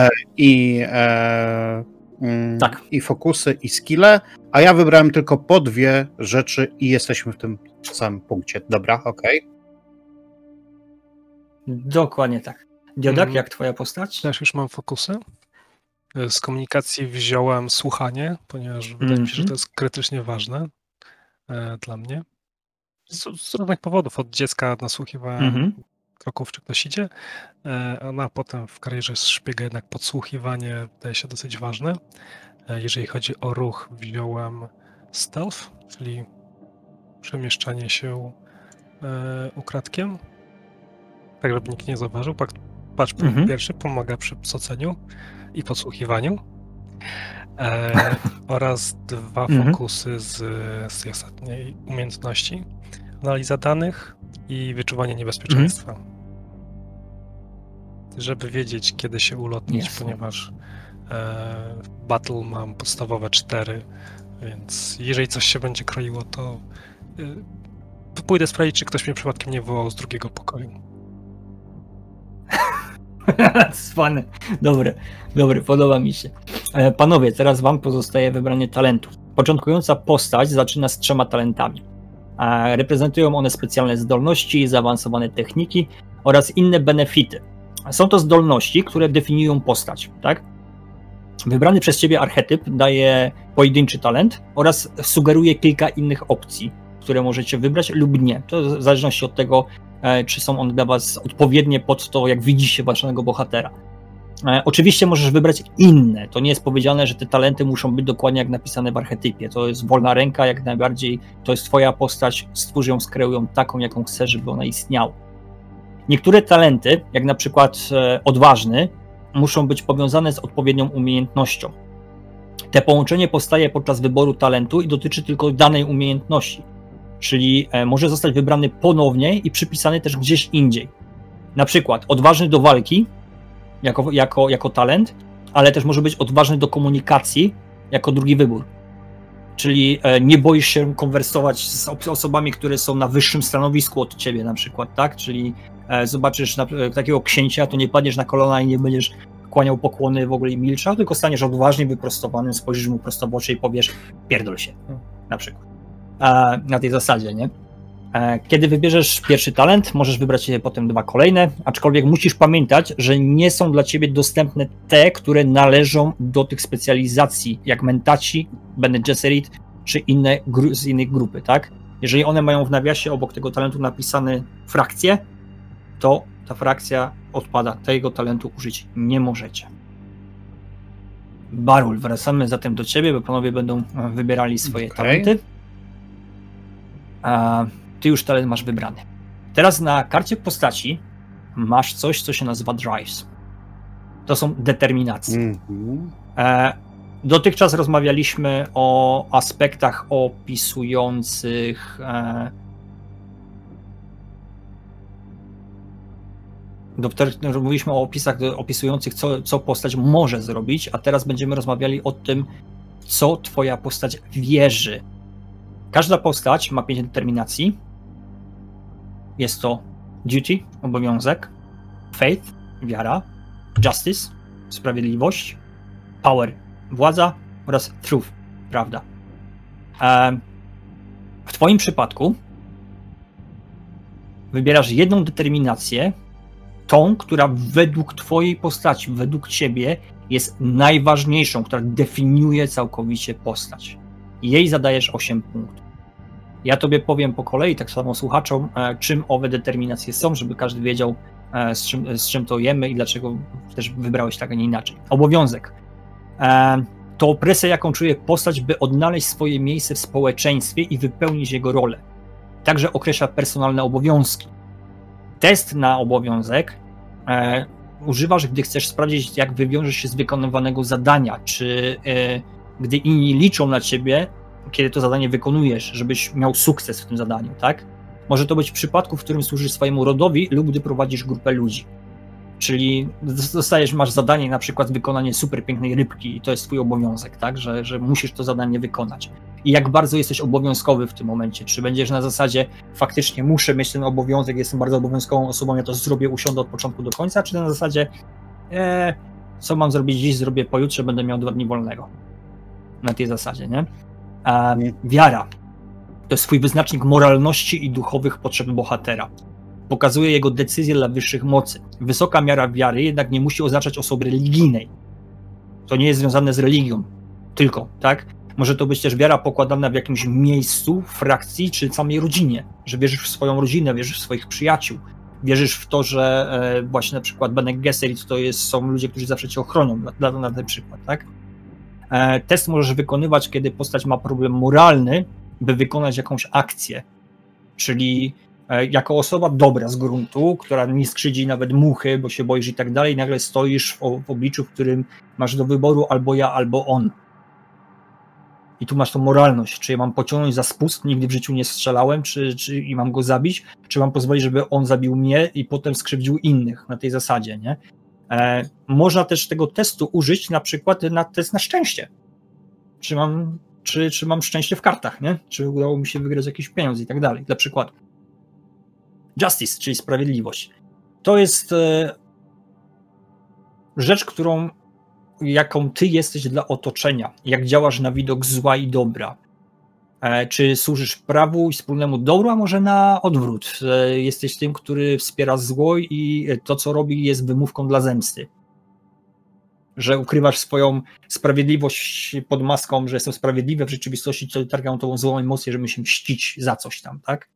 i fokusy, i skille, a ja wybrałem tylko po 2 rzeczy i jesteśmy w tym samym punkcie. Dobra, okej. Dokładnie tak. Diodak, jak twoja postać? Też już mam fokusy. Z komunikacji wziąłem słuchanie, ponieważ wydaje mi się, że to jest krytycznie ważne dla mnie. Z różnych powodów. Od dziecka nasłuchiwałem kroków, czy ktoś idzie, a potem w karierze szpiega jednak podsłuchiwanie wydaje się dosyć ważne. Jeżeli chodzi o ruch, wziąłem stealth, czyli przemieszczanie się ukradkiem, tak żeby nikt nie zauważył. Patrz, pierwszy pomaga przy psoceniu i podsłuchiwaniu. Oraz 2 fokusy z tej ostatniej umiejętności. Analiza danych i wyczuwanie niebezpieczeństwa. Żeby wiedzieć, kiedy się ulotnić, ponieważ w battle mam podstawowe 4, więc jeżeli coś się będzie kroiło, to pójdę sprawdzić, czy ktoś mnie przypadkiem nie wołał z drugiego pokoju. Cwany. Dobry, podoba mi się. Panowie, teraz wam pozostaje wybranie talentów. Początkująca postać zaczyna z 3 talentami. Reprezentują one specjalne zdolności, zaawansowane techniki oraz inne benefity. Są to zdolności, które definiują postać, tak? Wybrany przez ciebie archetyp daje pojedynczy talent oraz sugeruje kilka innych opcji, które możecie wybrać lub nie. To w zależności od tego, czy są one dla was odpowiednie pod to, jak widzicie waszego bohatera. Oczywiście możesz wybrać inne. To nie jest powiedziane, że te talenty muszą być dokładnie jak napisane w archetypie. To jest wolna ręka, jak najbardziej. To jest twoja postać, stwórz ją, skreuj ją taką, jaką chcesz, żeby ona istniała. Niektóre talenty, jak na przykład odważny, muszą być powiązane z odpowiednią umiejętnością. Te połączenie powstaje podczas wyboru talentu i dotyczy tylko danej umiejętności. Czyli może zostać wybrany ponownie i przypisany też gdzieś indziej. Na przykład odważny do walki jako talent, ale też może być odważny do komunikacji jako drugi wybór. Czyli nie boisz się konwersować z osobami, które są na wyższym stanowisku od ciebie na przykład, tak? Czyli zobaczysz takiego księcia, to nie padniesz na kolana i nie będziesz kłaniał pokłony w ogóle i milczał, tylko staniesz odważnie wyprostowanym, spojrzysz mu prosto w oczy i powiesz pierdol się, na przykład. Na tej zasadzie, nie? Kiedy wybierzesz pierwszy talent, możesz wybrać potem 2 kolejne, aczkolwiek musisz pamiętać, że nie są dla ciebie dostępne te, które należą do tych specjalizacji, jak Mentaci, Bene Gesserit, czy inne z innych grupy, tak? Jeżeli one mają w nawiasie obok tego talentu napisane frakcje, to ta frakcja odpada. Tego talentu użyć nie możecie. Barul, wracamy zatem do ciebie, bo panowie będą wybierali swoje talenty. Ty już talent masz wybrany. Teraz na karcie postaci masz coś, co się nazywa drives. To są determinacje. Dotychczas rozmawialiśmy o aspektach opisujących mówiliśmy o opisach opisujących, co postać może zrobić, a teraz będziemy rozmawiali o tym, co twoja postać wierzy. Każda postać ma 5 determinacji. Jest to duty, obowiązek, faith, wiara, justice, sprawiedliwość, power, władza oraz truth, prawda. W twoim przypadku wybierasz jedną determinację, tą, która według twojej postaci, według ciebie jest najważniejszą, która definiuje całkowicie postać. Jej zadajesz 8 punktów. Ja tobie powiem po kolei, tak samo słuchaczom, czym owe determinacje są, żeby każdy wiedział, z czym to jemy i dlaczego też wybrałeś tak, a nie inaczej. Obowiązek. To opresja, jaką czuje postać, by odnaleźć swoje miejsce w społeczeństwie i wypełnić jego rolę. Także określa personalne obowiązki. Test na obowiązek używasz, gdy chcesz sprawdzić, jak wywiążesz się z wykonywanego zadania, czy gdy inni liczą na ciebie, kiedy to zadanie wykonujesz, żebyś miał sukces w tym zadaniu, tak? Może to być w przypadku, w którym służysz swojemu rodowi lub gdy prowadzisz grupę ludzi. Czyli masz zadanie, na przykład wykonanie super pięknej rybki i to jest twój obowiązek, tak? Że musisz to zadanie wykonać. I jak bardzo jesteś obowiązkowy w tym momencie? Czy będziesz na zasadzie faktycznie muszę mieć ten obowiązek, jestem bardzo obowiązkową osobą, ja to zrobię, usiądę od początku do końca, czy na zasadzie co mam zrobić dziś, zrobię pojutrze, będę miał 2 dni wolnego. Na tej zasadzie, nie? Wiara to jest twój wyznacznik moralności i duchowych potrzeb bohatera. Pokazuje jego decyzje dla wyższych mocy. Wysoka miara wiary jednak nie musi oznaczać osoby religijnej. To nie jest związane z religią. Tylko, tak? Może to być też wiara pokładana w jakimś miejscu, frakcji, czy samej rodzinie. Że wierzysz w swoją rodzinę, wierzysz w swoich przyjaciół. Wierzysz w to, że właśnie na przykład Bene Gesserit są ludzie, którzy zawsze cię ochronią, na ten przykład, tak? Test możesz wykonywać, kiedy postać ma problem moralny, by wykonać jakąś akcję. Czyli jako osoba dobra z gruntu, która nie skrzydzi nawet muchy, bo się boisz i tak dalej, nagle stoisz w obliczu, w którym masz do wyboru albo ja, albo on. I tu masz tą moralność. Czy ja mam pociągnąć za spust, nigdy w życiu nie strzelałem, i mam go zabić, czy mam pozwolić, żeby on zabił mnie i potem skrzywdził innych na tej zasadzie, nie? Można też tego testu użyć na przykład na test na szczęście. Czy mam szczęście w kartach, nie? Czy udało mi się wygrać jakiś pieniądz i tak dalej, dla przykładu. Justice, czyli sprawiedliwość. To jest rzecz, jaką ty jesteś dla otoczenia. Jak działasz na widok zła i dobra. Czy służysz prawu i wspólnemu dobru, a może na odwrót. Jesteś tym, który wspiera zło i to, co robi, jest wymówką dla zemsty. Że ukrywasz swoją sprawiedliwość pod maską, że jestem sprawiedliwy, w rzeczywistości to targają tą złą emocję, żeby się mścić za coś tam, tak?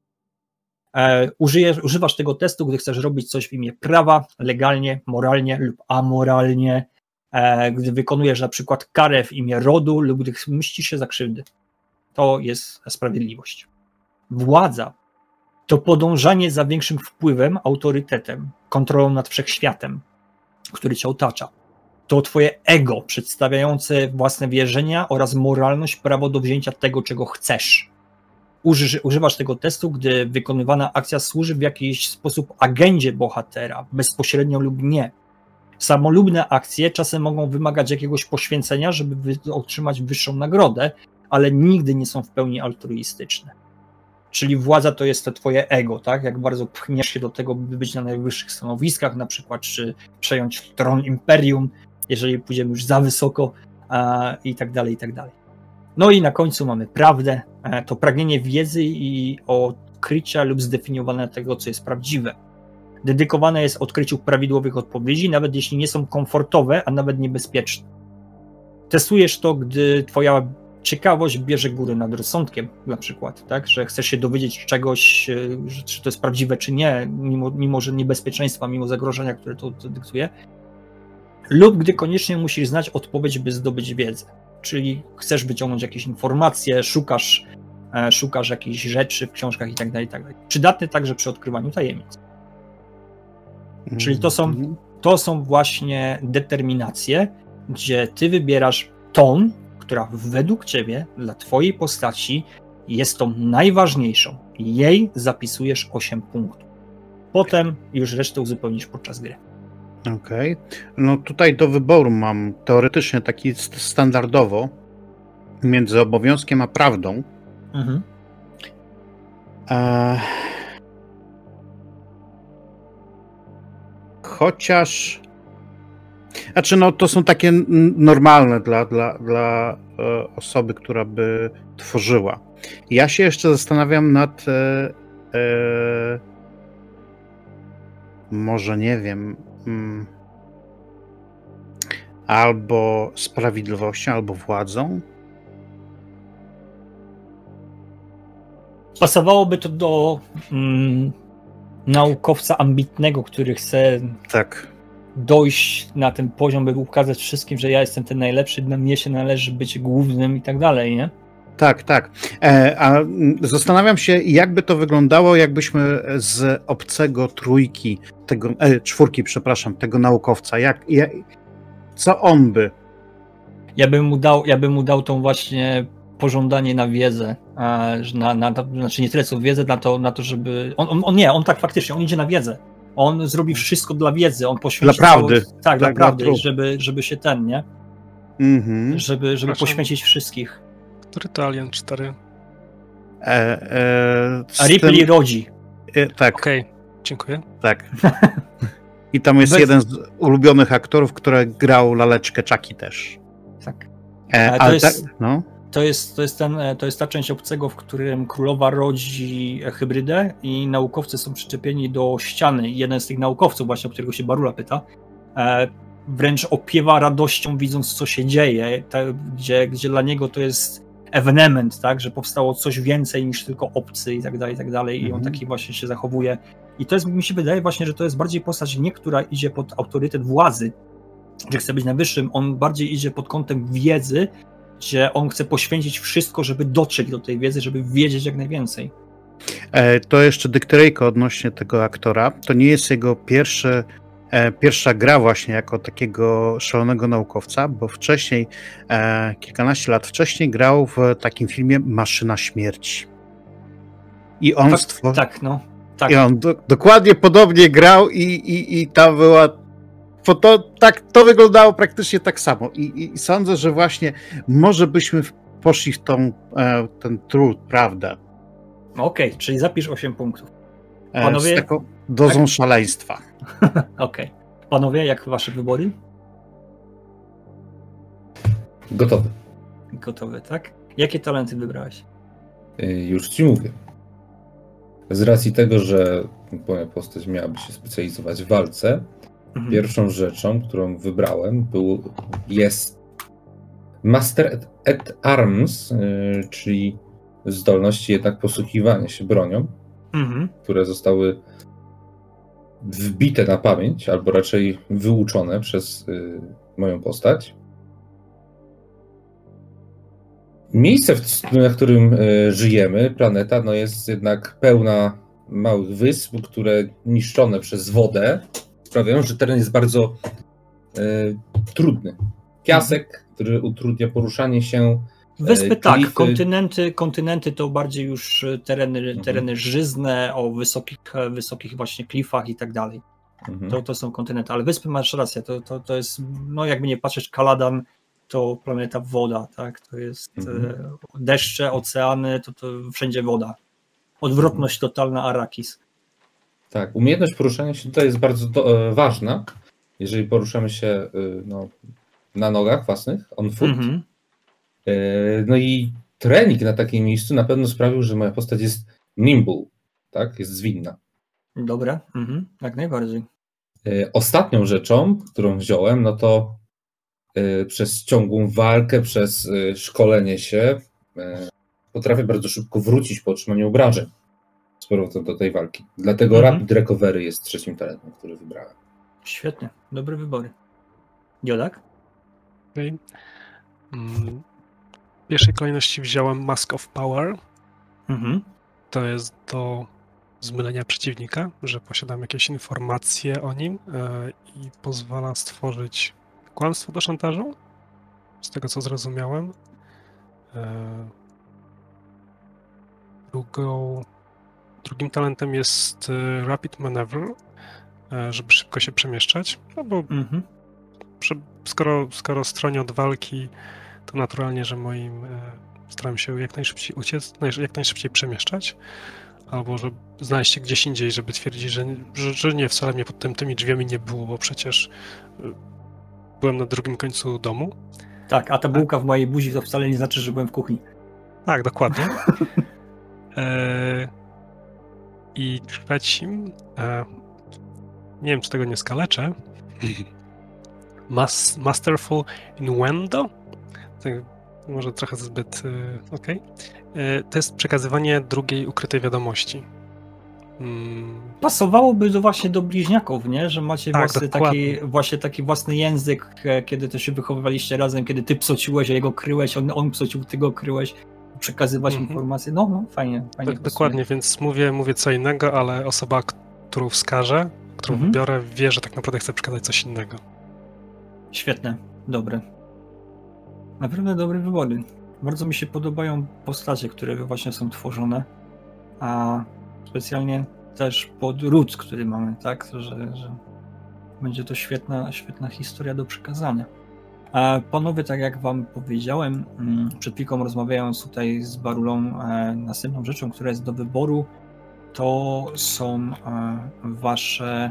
Używasz tego testu, gdy chcesz robić coś w imię prawa, legalnie, moralnie lub amoralnie, gdy wykonujesz na przykład karę w imię rodu lub gdy mścisz się za krzywdy. To jest sprawiedliwość. Władza to podążanie za większym wpływem, autorytetem, kontrolą nad wszechświatem, który cię otacza. To twoje ego przedstawiające własne wierzenia oraz moralność, prawo do wzięcia tego, czego chcesz. Używasz tego testu, gdy wykonywana akcja służy w jakiś sposób agendzie bohatera, bezpośrednio lub nie. Samolubne akcje czasem mogą wymagać jakiegoś poświęcenia, żeby otrzymać wyższą nagrodę, ale nigdy nie są w pełni altruistyczne. Czyli władza to jest to twoje ego, tak? Jak bardzo pchniesz się do tego, by być na najwyższych stanowiskach, na przykład, czy przejąć tron imperium, jeżeli pójdziemy już za wysoko, i tak dalej, i tak dalej. No i na końcu mamy prawdę, to pragnienie wiedzy i odkrycia lub zdefiniowania tego, co jest prawdziwe. Dedykowane jest odkryciu prawidłowych odpowiedzi, nawet jeśli nie są komfortowe, a nawet niebezpieczne. Testujesz to, gdy twoja ciekawość bierze górę nad rozsądkiem, na przykład, tak? Że chcesz się dowiedzieć czegoś, czy to jest prawdziwe, czy nie, mimo że niebezpieczeństwa, mimo zagrożenia, które to dyktuje. Lub gdy koniecznie musisz znać odpowiedź, by zdobyć wiedzę. Czyli chcesz wyciągnąć jakieś informacje, szukasz jakichś rzeczy w książkach i tak dalej, i tak dalej. Przydatny także przy odkrywaniu tajemnic. Czyli to są właśnie determinacje, gdzie ty wybierasz tą, która według ciebie, dla twojej postaci jest tą najważniejszą. Jej zapisujesz 8 punktów. Potem już resztę uzupełnisz podczas gry. Okej. No tutaj do wyboru mam teoretycznie taki standardowo między obowiązkiem a prawdą. Mhm. Chociaż... Znaczy, no to są takie normalne dla osoby, która by tworzyła. Ja się jeszcze zastanawiam nad może nie wiem, albo sprawiedliwością, albo władzą. Pasowałoby to do naukowca ambitnego, który chce dojść na ten poziom, by ukazać wszystkim, że ja jestem ten najlepszy, na mnie się należy być głównym i tak dalej, nie? Tak, tak. A zastanawiam się, jakby to wyglądało, jakbyśmy z obcego czwórki, tego naukowca, co on by? Ja bym mu dał tą właśnie pożądanie na wiedzę, znaczy nie tyle co wiedzę, na to, żeby... On tak faktycznie, on idzie na wiedzę. On zrobi wszystko dla wiedzy, on poświęci... Dla prawdy. Tak, dla prawdy, żeby się nie? Mhm. Żeby poświęcić wszystkich. Który to Alien 4? A Ripley rodzi. Tak. Okej, dziękuję. Tak. I tam jest jeden z ulubionych aktorów, który grał laleczkę Chucky też. Tak. To jest ta część obcego, w którym królowa rodzi hybrydę i naukowcy są przyczepieni do ściany. Jeden z tych naukowców, właśnie o którego się Barula pyta, wręcz opiewa radością, widząc, co się dzieje, gdzie dla niego to jest ewenement, tak, że powstało coś więcej niż tylko obcy i tak dalej, i on taki właśnie się zachowuje. I to jest, mi się wydaje właśnie, że to jest bardziej postać nie, która idzie pod autorytet władzy, że chce być najwyższym, on bardziej idzie pod kątem wiedzy, gdzie on chce poświęcić wszystko, żeby dotrzeć do tej wiedzy, żeby wiedzieć jak najwięcej. To jeszcze dykteryjka odnośnie tego aktora. To nie jest jego pierwsza gra właśnie jako takiego szalonego naukowca, bo wcześniej, kilkanaście lat wcześniej grał w takim filmie Maszyna Śmierci. I on stworzył... Tak, no. Tak. I on dokładnie podobnie grał i tam była... To wyglądało praktycznie tak samo. I sądzę, że właśnie może byśmy poszli w ten trud, prawda? Okej, czyli zapisz 8 punktów. Panowie, z taką dozą szaleństwa. Okej. Panowie, jak wasze wybory? Gotowy, tak? Jakie talenty wybrałeś? Już ci mówię. Z racji tego, że moja postać miałaby się specjalizować w walce, pierwszą rzeczą, którą wybrałem, jest Master at Arms, czyli zdolności jednak posługiwania się bronią, które zostały wbite na pamięć, albo raczej wyuczone przez moją postać. Miejsce, na którym żyjemy, planeta, no jest jednak pełna małych wysp, które niszczone przez wodę sprawiają, że teren jest bardzo trudny. Piasek, który utrudnia poruszanie się. Wyspy tak, kontynenty to bardziej już tereny żyzne, o wysokich właśnie klifach i tak dalej. To są kontynenty, ale wyspy, masz rację, to jest, no jakby nie patrzeć, Kaladan to planeta woda, tak, to jest deszcze, oceany, to wszędzie woda. Odwrotność totalna Arrakis. Tak, umiejętność poruszania się tutaj jest bardzo ważna, jeżeli poruszamy się na nogach własnych, on foot. No i trening na takim miejscu na pewno sprawił, że moja postać jest nimble, tak, jest zwinna. Dobra, jak najbardziej. Ostatnią rzeczą, którą wziąłem, no to przez ciągłą walkę, przez szkolenie się potrafię bardzo szybko wrócić po otrzymaniu obrażeń z powrotem do tej walki. Dlatego Rapid Recovery jest trzecim talentem, który wybrałem. Świetnie, dobre wybory. Diodak? Okay. W pierwszej kolejności wziąłem Mask of Power. To jest do zmylenia przeciwnika, że posiadam jakieś informacje o nim i pozwala stworzyć kłamstwo do szantażu, z tego co zrozumiałem. Drugim talentem jest Rapid Maneuver, żeby szybko się przemieszczać, no bo skoro stronię od walki, to naturalnie, że staram się jak najszybciej uciec, jak najszybciej przemieszczać, albo żeby znaleźć się gdzieś indziej, żeby twierdzić, że nie, wcale mnie pod tymi drzwiami nie było, bo przecież byłem na drugim końcu domu. Tak, a ta bułka w mojej buzi to wcale nie znaczy, że byłem w kuchni. Tak, dokładnie. I trzecim, nie wiem, czy tego nie skaleczę, Masterful Innuendo. Może trochę zbyt okej. To jest przekazywanie drugiej ukrytej wiadomości. Pasowałoby właśnie do bliźniaków, nie? Że macie Tak, taki własny język, kiedy to się wychowywaliście razem, kiedy ty psociłeś, a jego kryłeś, on psocił, ty go kryłeś, przekazywać informacje. No, fajnie. Tak, dokładnie, więc mówię co innego, ale osoba, którą wskażę, którą wybiorę, wie, że tak naprawdę chcę przekazać coś innego. Świetne, dobre. Naprawdę dobre wybory. Bardzo mi się podobają postacie, które właśnie są tworzone, a specjalnie też pod ród, który mamy, tak, że będzie to świetna historia do przekazania. A panowie, tak jak wam powiedziałem, przed chwilką rozmawiając tutaj z Barulą, następną rzeczą, która jest do wyboru, to są wasze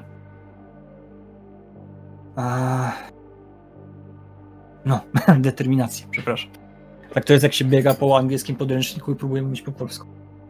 determinacje, przepraszam. Tak to jest, jak się biega po angielskim podręczniku i próbuje mówić po polsku.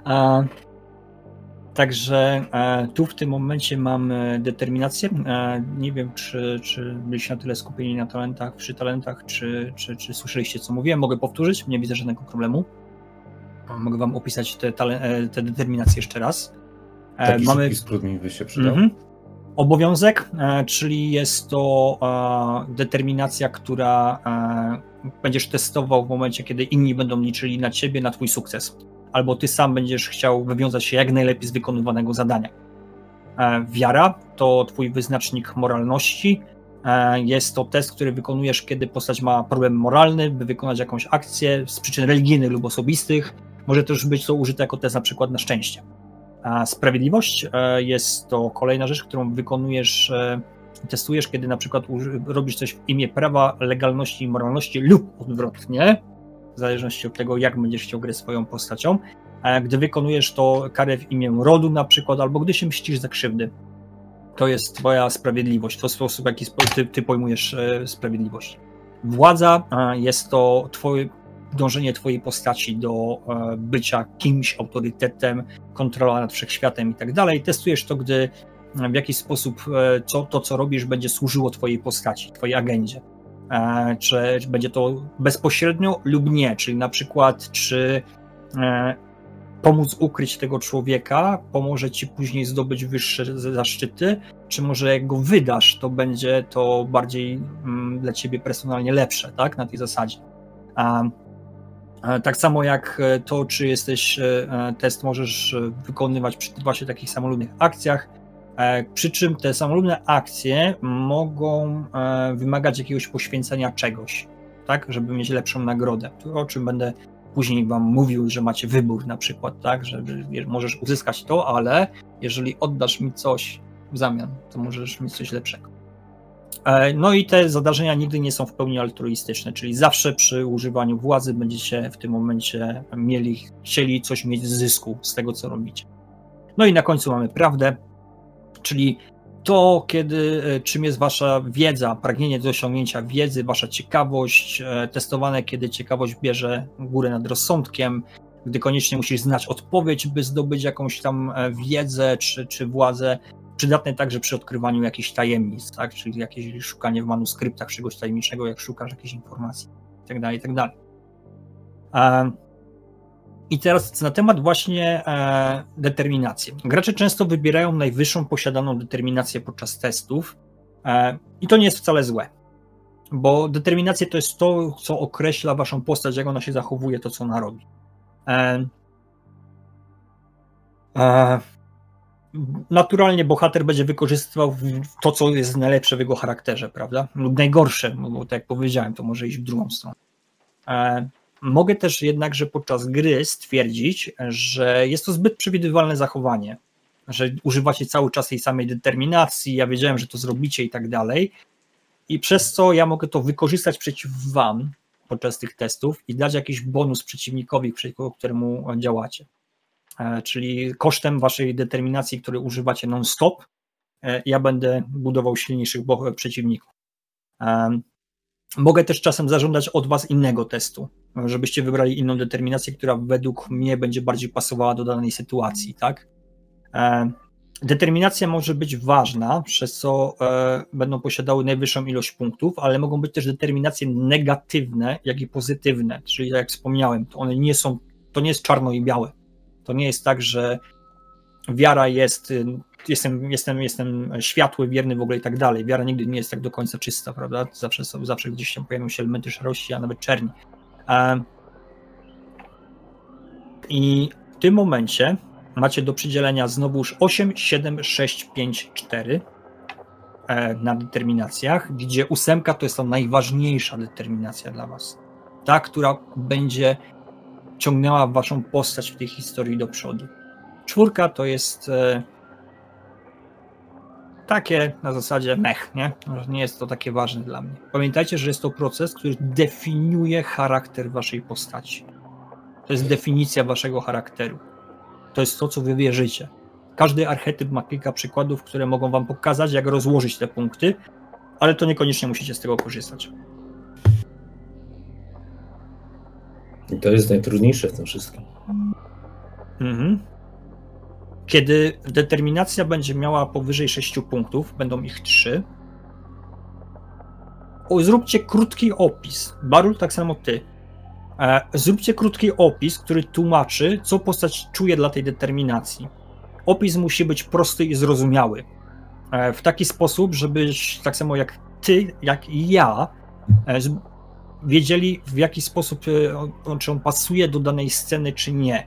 Także tu w tym momencie mamy determinację. Nie wiem, czy byliście na tyle skupieni na talentach, przy talentach, czy słyszeliście, co mówiłem. Mogę powtórzyć, nie widzę żadnego problemu. Mogę wam opisać te determinacje jeszcze raz. Taki szybki skrót mi by się przydał. Obowiązek, czyli jest to determinacja, która będziesz testował w momencie, kiedy inni będą liczyli na ciebie, na twój sukces. Albo ty sam będziesz chciał wywiązać się jak najlepiej z wykonywanego zadania. Wiara to twój wyznacznik moralności. Jest to test, który wykonujesz, kiedy postać ma problem moralny, by wykonać jakąś akcję z przyczyn religijnych lub osobistych. Może też być to użyte jako test na przykład na szczęście. Sprawiedliwość jest to kolejna rzecz, którą wykonujesz, testujesz, kiedy na przykład robisz coś w imię prawa, legalności i moralności lub odwrotnie, w zależności od tego, jak będziesz chciał grać swoją postacią. Gdy wykonujesz to karę w imię rodu na przykład, albo gdy się mścisz za krzywdy. To jest twoja sprawiedliwość, to sposób, w jaki ty pojmujesz sprawiedliwość. Władza jest to dążenie twojej postaci do bycia kimś, autorytetem, kontrola nad wszechświatem i tak dalej. Testujesz to, gdy w jakiś sposób co robisz, będzie służyło twojej postaci, twojej agendzie. Czy będzie to bezpośrednio lub nie, czyli na przykład czy pomóc ukryć tego człowieka pomoże ci później zdobyć wyższe zaszczyty, czy może jak go wydasz, to będzie to bardziej dla ciebie personalnie lepsze, tak, na tej zasadzie. Tak samo jak to, czy jesteś, test możesz wykonywać przy właśnie takich samolubnych akcjach, przy czym te samolubne akcje mogą wymagać jakiegoś poświęcenia czegoś, tak, żeby mieć lepszą nagrodę, o czym będę później wam mówił, że macie wybór na przykład, tak, że możesz uzyskać to, ale jeżeli oddasz mi coś w zamian, to możesz mieć coś lepszego. No i te zdarzenia nigdy nie są w pełni altruistyczne, czyli zawsze przy używaniu władzy będziecie w tym momencie chcieli coś mieć z zysku z tego, co robicie. No i na końcu mamy prawdę, czyli to, czym jest wasza wiedza, pragnienie do osiągnięcia wiedzy, wasza ciekawość, testowane, kiedy ciekawość bierze górę nad rozsądkiem, gdy koniecznie musisz znać odpowiedź, by zdobyć jakąś tam wiedzę czy władzę, przydatne także przy odkrywaniu jakichś tajemnic, tak? Czyli jakieś szukanie w manuskryptach czegoś tajemniczego, jak szukasz jakichś informacji itd., itd. I teraz na temat właśnie determinacji. Gracze często wybierają najwyższą posiadaną determinację podczas testów i to nie jest wcale złe, bo determinacja to jest to, co określa waszą postać, jak ona się zachowuje, to co ona robi. Naturalnie bohater będzie wykorzystywał to, co jest najlepsze w jego charakterze, prawda? Lub najgorsze, bo tak jak powiedziałem, to może iść w drugą stronę. Mogę też jednakże podczas gry stwierdzić, że jest to zbyt przewidywalne zachowanie, że używacie cały czas tej samej determinacji, ja wiedziałem, że to zrobicie i tak dalej, i przez co ja mogę to wykorzystać przeciw wam podczas tych testów i dać jakiś bonus przeciwnikowi, przeciwko któremu działacie. Czyli kosztem waszej determinacji, której używacie non-stop, ja będę budował silniejszych przeciwników. Mogę też czasem zażądać od was innego testu, żebyście wybrali inną determinację, która według mnie będzie bardziej pasowała do danej sytuacji, tak? Determinacja może być ważna, przez co będą posiadały najwyższą ilość punktów, ale mogą być też determinacje negatywne, jak i pozytywne, czyli jak wspomniałem, to one nie są, to nie jest czarno i białe. To nie jest tak, że wiara jest, jestem światły, wierny w ogóle i tak dalej. Wiara nigdy nie jest tak do końca czysta, prawda? Zawsze gdzieś tam pojawią się elementy szarości, a nawet czerni. I w tym momencie macie do przydzielenia znowuż 8, 7, 6, 5, 4 na determinacjach, gdzie 8 to jest ta najważniejsza determinacja dla was. Ta, która będzie ciągnęła waszą postać w tej historii do przodu. 4 to jest takie na zasadzie mech, nie? Nie jest to takie ważne dla mnie. Pamiętajcie, że jest to proces, który definiuje charakter waszej postaci. To jest definicja waszego charakteru. To jest to, co wy wierzycie. Każdy archetyp ma kilka przykładów, które mogą wam pokazać, jak rozłożyć te punkty, ale to niekoniecznie musicie z tego korzystać. I to jest najtrudniejsze w tym wszystkim. Kiedy determinacja będzie miała powyżej 6 punktów, będą ich 3, zróbcie krótki opis. Barul, tak samo ty. Zróbcie krótki opis, który tłumaczy, co postać czuje dla tej determinacji. Opis musi być prosty i zrozumiały. W taki sposób, żebyś, tak samo jak ty, jak i ja, wiedzieli, w jaki sposób, czy on pasuje do danej sceny, czy nie.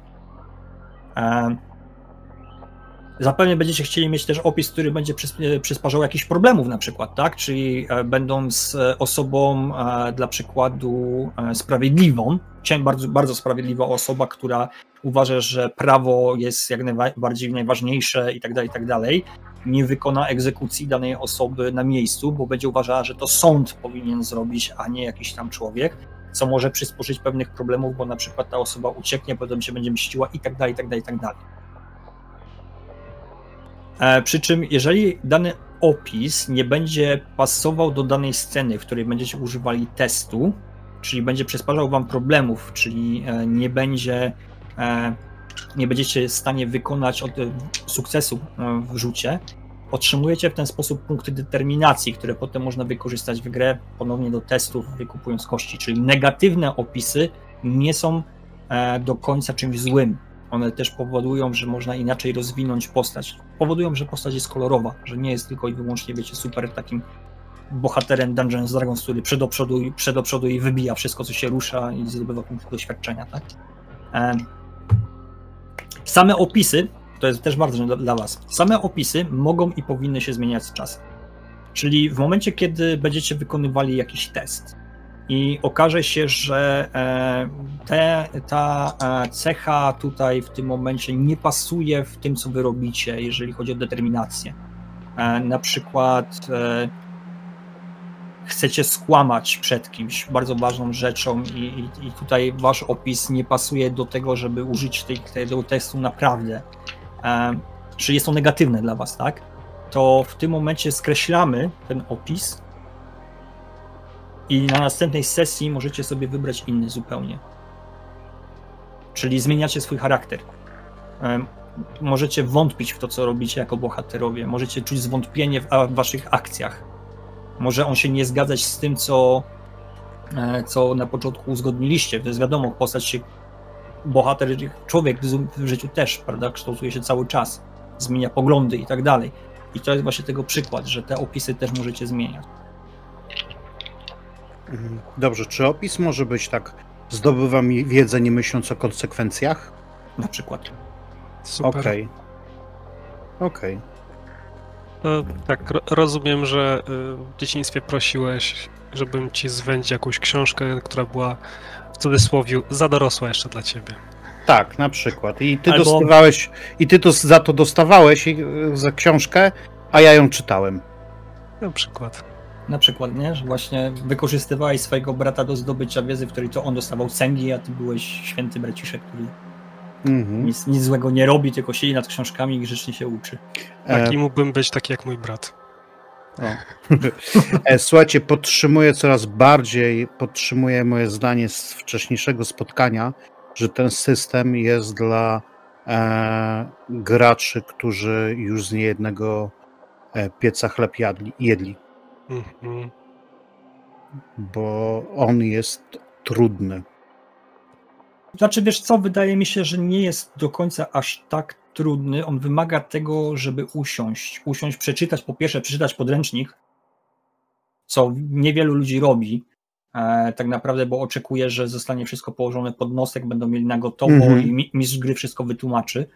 Zapewne będziecie chcieli mieć też opis, który będzie przysparzał jakichś problemów na przykład, tak? Czyli będąc osobą dla przykładu sprawiedliwą, bardzo, bardzo sprawiedliwa osoba, która uważa, że prawo jest jak najbardziej najważniejsze i tak dalej, nie wykona egzekucji danej osoby na miejscu, bo będzie uważała, że to sąd powinien zrobić, a nie jakiś tam człowiek, co może przysporzyć pewnych problemów, bo na przykład ta osoba ucieknie, potem się będzie mściła i tak dalej. Przy czym, jeżeli dany opis nie będzie pasował do danej sceny, w której będziecie używali testu, czyli będzie przysparzał wam problemów, czyli nie będziecie w stanie wykonać sukcesu w rzucie, otrzymujecie w ten sposób punkty determinacji, które potem można wykorzystać w grę ponownie do testów, wykupując kości. Czyli negatywne opisy nie są do końca czymś złym. One też powodują, że można inaczej rozwinąć postać. Powodują, że postać jest kolorowa, że nie jest tylko i wyłącznie, wiecie, super takim bohaterem Dungeons & Dragons, który przed do przodu i wybija wszystko, co się rusza i zdobywa punkty doświadczenia, tak? Same opisy, to jest też bardzo dla was, same opisy mogą i powinny się zmieniać z czasem. Czyli w momencie, kiedy będziecie wykonywali jakiś test i okaże się, że ta cecha tutaj w tym momencie nie pasuje w tym, co wy robicie, jeżeli chodzi o determinację. Na przykład chcecie skłamać przed kimś bardzo ważną rzeczą i tutaj wasz opis nie pasuje do tego, żeby użyć tego testu naprawdę. Czy jest to negatywne dla was, tak? To w tym momencie skreślamy ten opis i na następnej sesji możecie sobie wybrać inny zupełnie. Czyli zmieniacie swój charakter. Możecie wątpić w to, co robicie jako bohaterowie. Możecie czuć zwątpienie w waszych akcjach. Może on się nie zgadzać z tym, co na początku uzgodniliście. To jest wiadomo, postać się, bohater, człowiek w życiu też, prawda, kształtuje się cały czas. Zmienia poglądy i tak dalej. I to jest właśnie tego przykład, że te opisy też możecie zmieniać. Dobrze, czy opis może być tak, zdobywam wiedzę nie myśląc o konsekwencjach? Na przykład. Super. Okej. No, tak, rozumiem, że w dzieciństwie prosiłeś, żebym ci zwędził jakąś książkę, która była w cudzysłowie za dorosła jeszcze dla ciebie. Tak, na przykład. I ty dostawałeś, i ty za to dostawałeś za książkę, a ja ją czytałem. Na przykład, nie? Że właśnie wykorzystywałeś swojego brata do zdobycia wiedzy, w której to on dostawał cęgi, a ty byłeś święty braciszek, który nic złego nie robi, tylko siedzi nad książkami i grzecznie się uczy. Taki mógłbym być taki jak mój brat. Słuchajcie, coraz bardziej podtrzymuję moje zdanie z wcześniejszego spotkania, że ten system jest dla graczy, którzy już z niejednego pieca chleb jedli. Bo on jest trudny. Znaczy, wiesz co, wydaje mi się, że nie jest do końca aż tak trudny, on wymaga tego, żeby usiąść, przeczytać, po pierwsze przeczytać podręcznik, co niewielu ludzi robi, tak naprawdę, bo oczekuje, że zostanie wszystko położone pod nosek, będą mieli na gotowo i mistrz gry wszystko wytłumaczy.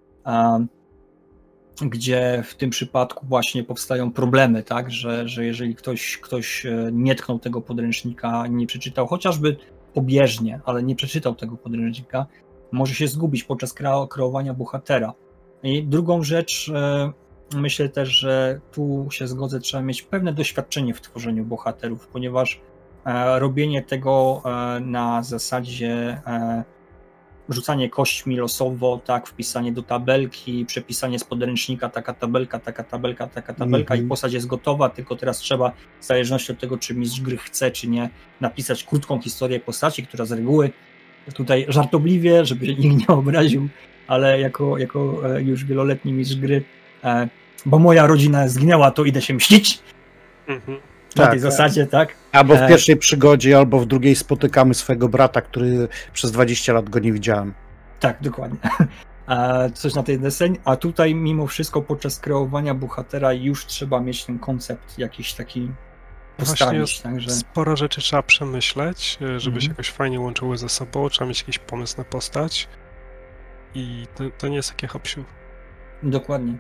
Gdzie w tym przypadku właśnie powstają problemy, tak, że jeżeli ktoś nie tknął tego podręcznika, nie przeczytał, chociażby pobieżnie, ale nie przeczytał tego podręcznika, może się zgubić podczas kreowania bohatera. I drugą rzecz, myślę też, że tu się zgodzę, trzeba mieć pewne doświadczenie w tworzeniu bohaterów, ponieważ robienie tego na zasadzie rzucanie kośćmi losowo, tak, wpisanie do tabelki, przepisanie z podręcznika, taka tabelka i postać jest gotowa, tylko teraz trzeba, w zależności od tego, czy mistrz gry chce, czy nie, napisać krótką historię postaci, która z reguły tutaj żartobliwie, żeby się nikt nie obraził, ale jako już wieloletni mistrz gry, bo moja rodzina zginęła, to idę się mścić. Na tej zasadzie, tak? Albo w pierwszej przygodzie, albo w drugiej spotykamy swojego brata, który przez 20 lat go nie widziałem. Tak, dokładnie. Coś na tej deseń. A tutaj mimo wszystko podczas kreowania bohatera już trzeba mieć ten koncept jakiś taki postawić. Także... Sporo rzeczy trzeba przemyśleć, żeby się jakoś fajnie łączyły ze sobą. Trzeba mieć jakiś pomysł na postać. I to nie jest takie hop-siu. Dokładnie.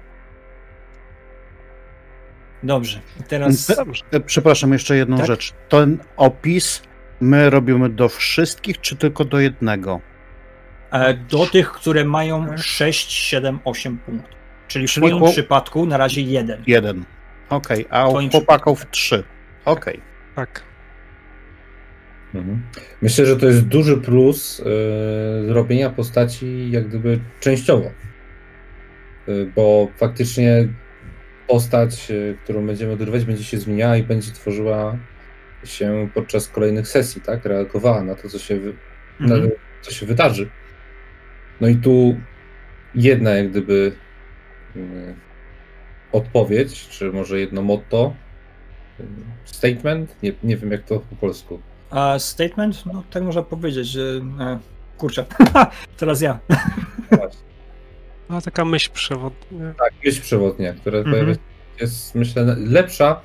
Dobrze. Teraz... Przepraszam, jeszcze jedną rzecz. Ten opis my robimy do wszystkich, czy tylko do jednego? Do tych, które mają 6, 7, 8 punktów. Czyli w moim przypadku na razie 1. 1. Okej, a u chłopaków 3. Okej. Tak. Myślę, że to jest duży plus zrobienia postaci jak gdyby częściowo. Bo faktycznie postać, którą będziemy odgrywać, będzie się zmieniała i będzie tworzyła się podczas kolejnych sesji, tak? Reagowała na to, co się wydarzy. No i tu jedna jak gdyby odpowiedź, czy może jedno motto, statement, nie wiem jak to po polsku. Statement? No tak można powiedzieć, że kurczę, teraz ja. No taka myśl przewodnia. Tak, myśl przewodnia, która pojawia się, jest myślę lepsza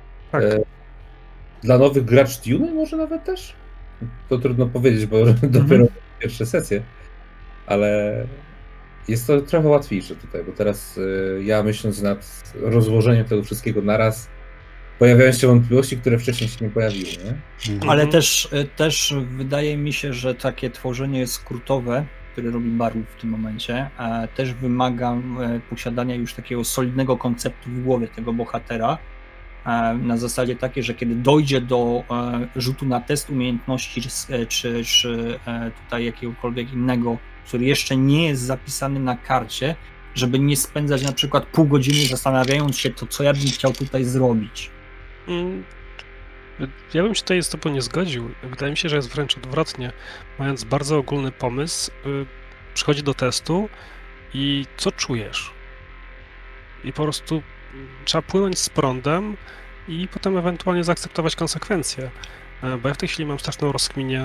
dla nowych graczy Dune może nawet też? To trudno powiedzieć, bo dopiero pierwsze sesje, ale jest to trochę łatwiejsze tutaj, bo teraz ja myśląc nad rozłożeniem tego wszystkiego naraz, pojawiają się wątpliwości, które wcześniej się nie pojawiły, nie? Ale też wydaje mi się, że takie tworzenie skrótowe, które robi Barów w tym momencie, też wymaga posiadania już takiego solidnego konceptu w głowie tego bohatera, na zasadzie takiej, że kiedy dojdzie do rzutu na test umiejętności, czy tutaj jakiegokolwiek innego, który jeszcze nie jest zapisany na karcie, żeby nie spędzać na przykład pół godziny zastanawiając się, to co ja bym chciał tutaj zrobić. Ja bym się tutaj z tobą nie zgodził. Wydaje mi się, że jest wręcz odwrotnie. Mając bardzo ogólny pomysł, przychodzi do testu i co czujesz? I po prostu trzeba płynąć z prądem i potem ewentualnie zaakceptować konsekwencje. Bo ja w tej chwili mam straszną rozkminę,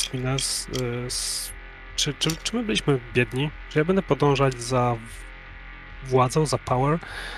czy my byliśmy biedni? Czy ja będę podążać za władzą, za power,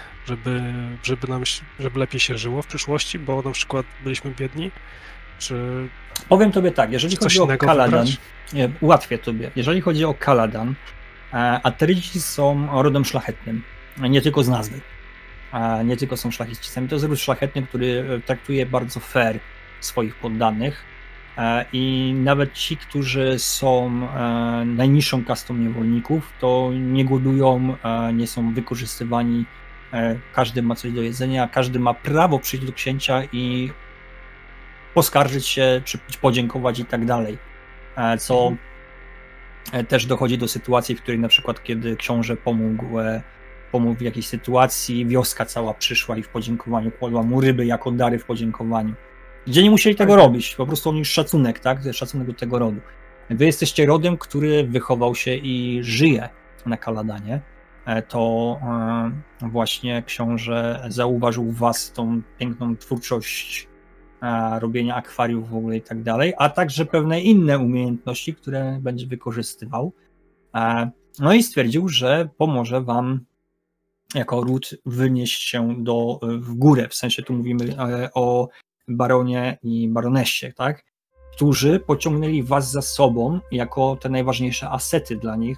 żeby lepiej się żyło w przyszłości, bo na przykład byliśmy biedni? Czy powiem tobie tak, jeżeli chodzi o Kaladan, ułatwię tobie. Jeżeli chodzi o Kaladan, Aterydzi są rodem szlachetnym, nie tylko z nazwy. Nie tylko są szlachcicami. To jest ród szlachetny, który traktuje bardzo fair swoich poddanych i nawet ci, którzy są najniższą kastą niewolników, to nie głodują, nie są wykorzystywani. Każdy ma coś do jedzenia, każdy ma prawo przyjść do księcia i poskarżyć się, czy podziękować i tak dalej. Co też dochodzi do sytuacji, w której na przykład kiedy książę pomógł w jakiejś sytuacji, wioska cała przyszła i w podziękowaniu kładła mu ryby jako dary w podziękowaniu. Gdzie nie musieli tego robić, po prostu on już szacunek, tak? Szacunek do tego rodu. Wy jesteście rodem, który wychował się i żyje na Kaladanie. To właśnie książę zauważył w was tą piękną twórczość robienia akwariów w ogóle i tak dalej, a także pewne inne umiejętności, które będzie wykorzystywał. No i stwierdził, że pomoże wam jako ród wynieść się w górę, w sensie tu mówimy o baronie i baronessie, tak? Którzy pociągnęli was za sobą jako te najważniejsze asety dla nich,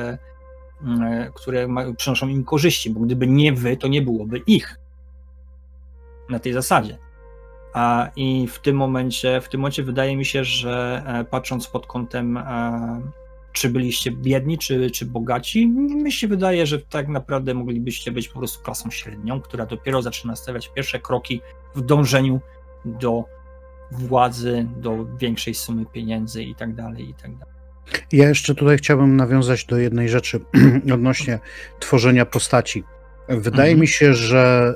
które przynoszą im korzyści, bo gdyby nie wy, to nie byłoby ich na tej zasadzie. I w tym momencie wydaje mi się, że patrząc pod kątem czy byliście biedni, czy bogaci, mi się wydaje, że tak naprawdę moglibyście być po prostu klasą średnią, która dopiero zaczyna stawiać pierwsze kroki w dążeniu do władzy, do większej sumy pieniędzy i tak dalej, i tak dalej. Ja jeszcze tutaj chciałbym nawiązać do jednej rzeczy odnośnie tworzenia postaci. Wydaje mi się, że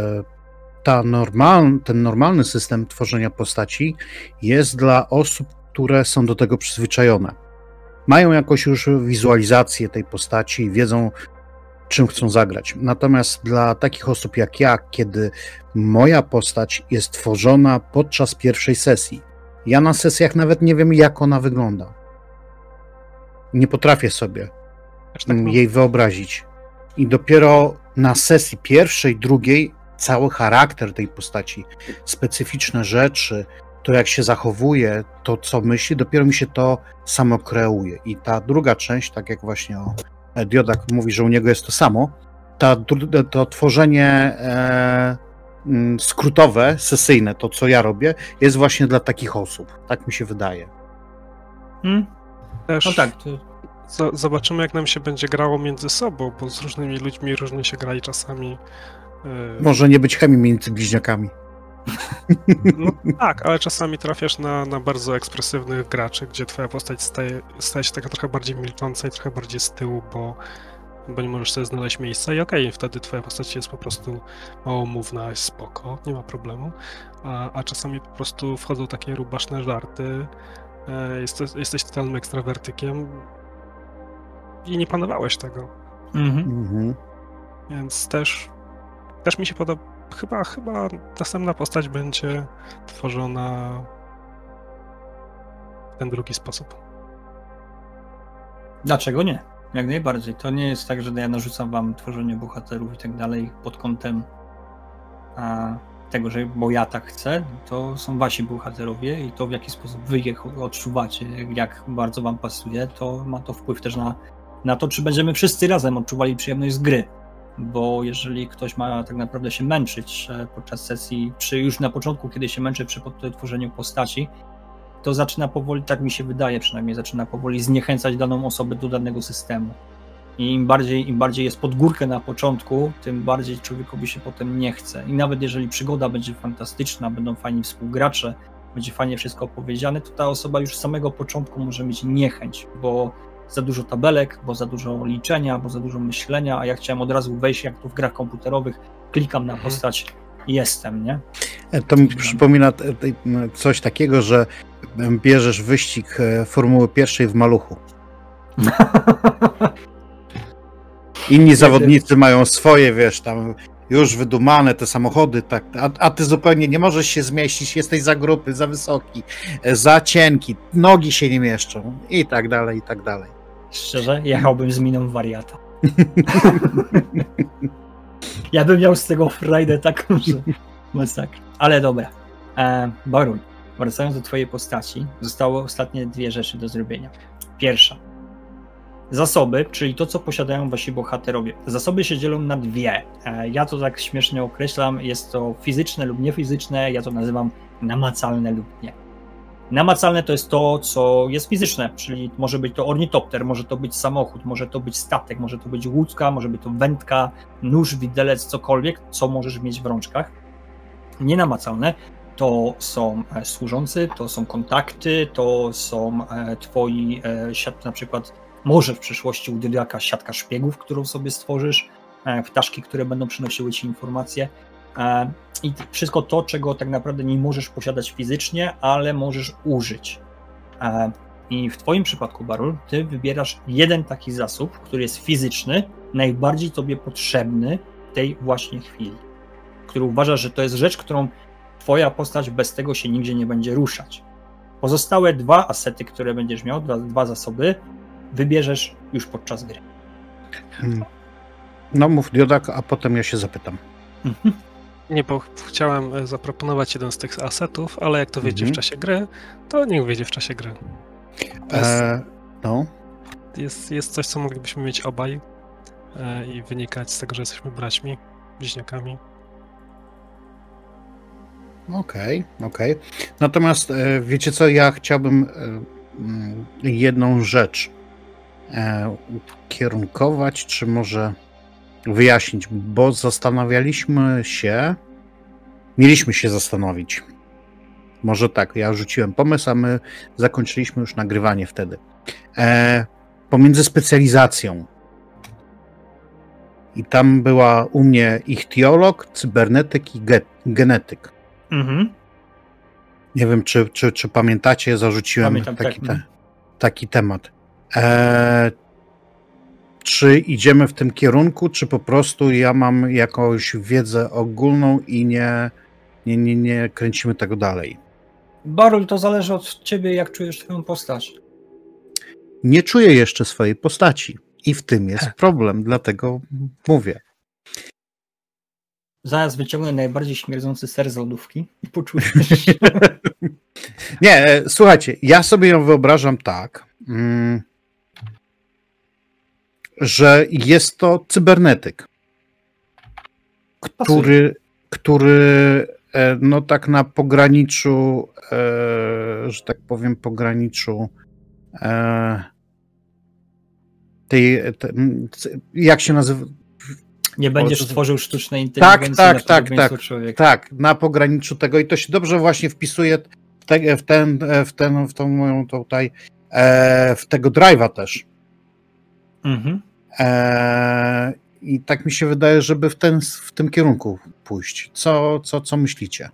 ten normalny system tworzenia postaci jest dla osób, które są do tego przyzwyczajone. Mają jakoś już wizualizację tej postaci i wiedzą, czym chcą zagrać. Natomiast dla takich osób jak ja, kiedy moja postać jest tworzona podczas pierwszej sesji, ja na sesjach nawet nie wiem, jak ona wygląda. Nie potrafię sobie jej wyobrazić. I dopiero na sesji pierwszej, drugiej cały charakter tej postaci, specyficzne rzeczy, to jak się zachowuje, to co myśli, dopiero mi się to samo kreuje. I ta druga część, tak jak właśnie Diodak mówi, że u niego jest to samo, to tworzenie skrótowe, sesyjne, to co ja robię, jest właśnie dla takich osób. Tak mi się wydaje. Też no tak. Zobaczymy, jak nam się będzie grało między sobą, bo z różnymi ludźmi różnie się gra i czasami... Może nie być chemii między bliźniakami. No tak, ale czasami trafiasz na bardzo ekspresywnych graczy, gdzie twoja postać staje się taka trochę bardziej milcząca i trochę bardziej z tyłu, bo nie możesz sobie znaleźć miejsca i okej, wtedy twoja postać jest po prostu małomówna, jest spoko, nie ma problemu, a czasami po prostu wchodzą takie rubaszne żarty, jesteś totalnym ekstrawertykiem i nie planowałeś tego. Więc też mi się podoba. Chyba następna postać będzie tworzona w ten drugi sposób. Dlaczego nie? Jak najbardziej. To nie jest tak, że ja narzucam wam tworzenie bohaterów i tak dalej pod kątem tego, że bo ja tak chcę, to są wasi bohaterowie i to w jaki sposób wy je odczuwacie, jak bardzo wam pasuje, to ma to wpływ też na to, czy będziemy wszyscy razem odczuwali przyjemność z gry. Bo jeżeli ktoś ma tak naprawdę się męczyć podczas sesji, czy już na początku, kiedy się męczy przy tworzeniu postaci, to zaczyna powoli, tak mi się wydaje przynajmniej, zaczyna powoli zniechęcać daną osobę do danego systemu. I im bardziej jest pod górkę na początku, tym bardziej człowiekowi się potem nie chce. I nawet jeżeli przygoda będzie fantastyczna, będą fajni współgracze, będzie fajnie wszystko opowiedziane, to ta osoba już z samego początku może mieć niechęć, bo za dużo tabelek, bo za dużo liczenia, bo za dużo myślenia, a ja chciałem od razu wejść, jak tu w grach komputerowych, klikam na postać i jestem, nie? To mi przypomina coś takiego, że bierzesz wyścig Formuły 1 w maluchu. Inni zawodnicy mają swoje, wiesz, tam już wydumane te samochody, tak, a ty zupełnie nie możesz się zmieścić, jesteś za gruby, za wysoki, za cienki, nogi się nie mieszczą i tak dalej, i tak dalej. Szczerze, jechałbym z miną wariata. Ja bym miał z tego frajdę taką, że masakra. Ale dobra. Baron, wracając do twojej postaci, zostały ostatnie dwie rzeczy do zrobienia. Pierwsza. Zasoby, czyli to, co posiadają wasi bohaterowie. Zasoby się dzielą na dwie. Ja to tak śmiesznie określam, jest to fizyczne lub niefizyczne, ja to nazywam namacalne lub nie. Namacalne to jest to, co jest fizyczne, czyli może być to ornitopter, może to być samochód, może to być statek, może to być łódka, może być to wędka, nóż, widelec, cokolwiek, co możesz mieć w rączkach. Nienamacalne to są służący, to są kontakty, to są twoi, na przykład może w przyszłości u Dydaka siatka szpiegów, którą sobie stworzysz, ptaszki, które będą przynosiły ci informacje i wszystko to, czego tak naprawdę nie możesz posiadać fizycznie, ale możesz użyć. I w twoim przypadku, Barul, ty wybierasz jeden taki zasób, który jest fizyczny, najbardziej tobie potrzebny w tej właśnie chwili, który uważasz, że to jest rzecz, którą twoja postać bez tego się nigdzie nie będzie ruszać. Pozostałe dwa asety, które będziesz miał, dwa zasoby, wybierzesz już podczas gry. No mów Diodak, a potem ja się zapytam. Nie, bo chciałem zaproponować jeden z tych asetów, ale jak to wyjdzie w czasie gry, to niech wyjdzie w czasie gry. No. Jest coś, co moglibyśmy mieć obaj i wynikać z tego, że jesteśmy braćmi, bliźniakami. Okej. Natomiast wiecie co, ja chciałbym jedną rzecz ukierunkować, czy może wyjaśnić, bo mieliśmy się zastanowić. Może tak, ja rzuciłem pomysł, a my zakończyliśmy już nagrywanie wtedy. Pomiędzy specjalizacją. I tam była u mnie ichtiolog, cybernetyk i genetyk. Nie wiem, czy pamiętacie, zarzuciłem taki temat. Czy idziemy w tym kierunku, czy po prostu ja mam jakąś wiedzę ogólną i nie kręcimy tego dalej? Baruj, to zależy od ciebie, jak czujesz twoją postać. Nie czuję jeszcze swojej postaci i w tym jest problem, dlatego mówię. Zaraz wyciągnę najbardziej śmierdzący ser z lodówki i poczujesz. Nie, słuchajcie, ja sobie ją wyobrażam tak, że jest to cybernetyk, który no tak na pograniczu, że tak powiem, pograniczu jak się nazywa? Nie będziesz tworzył sztucznej inteligencji na człowieka. Tak, na pograniczu tego i to się dobrze właśnie wpisuje w tą moją tutaj, w tego drive'a też. I tak mi się wydaje, żeby w tym kierunku pójść. Co myślicie?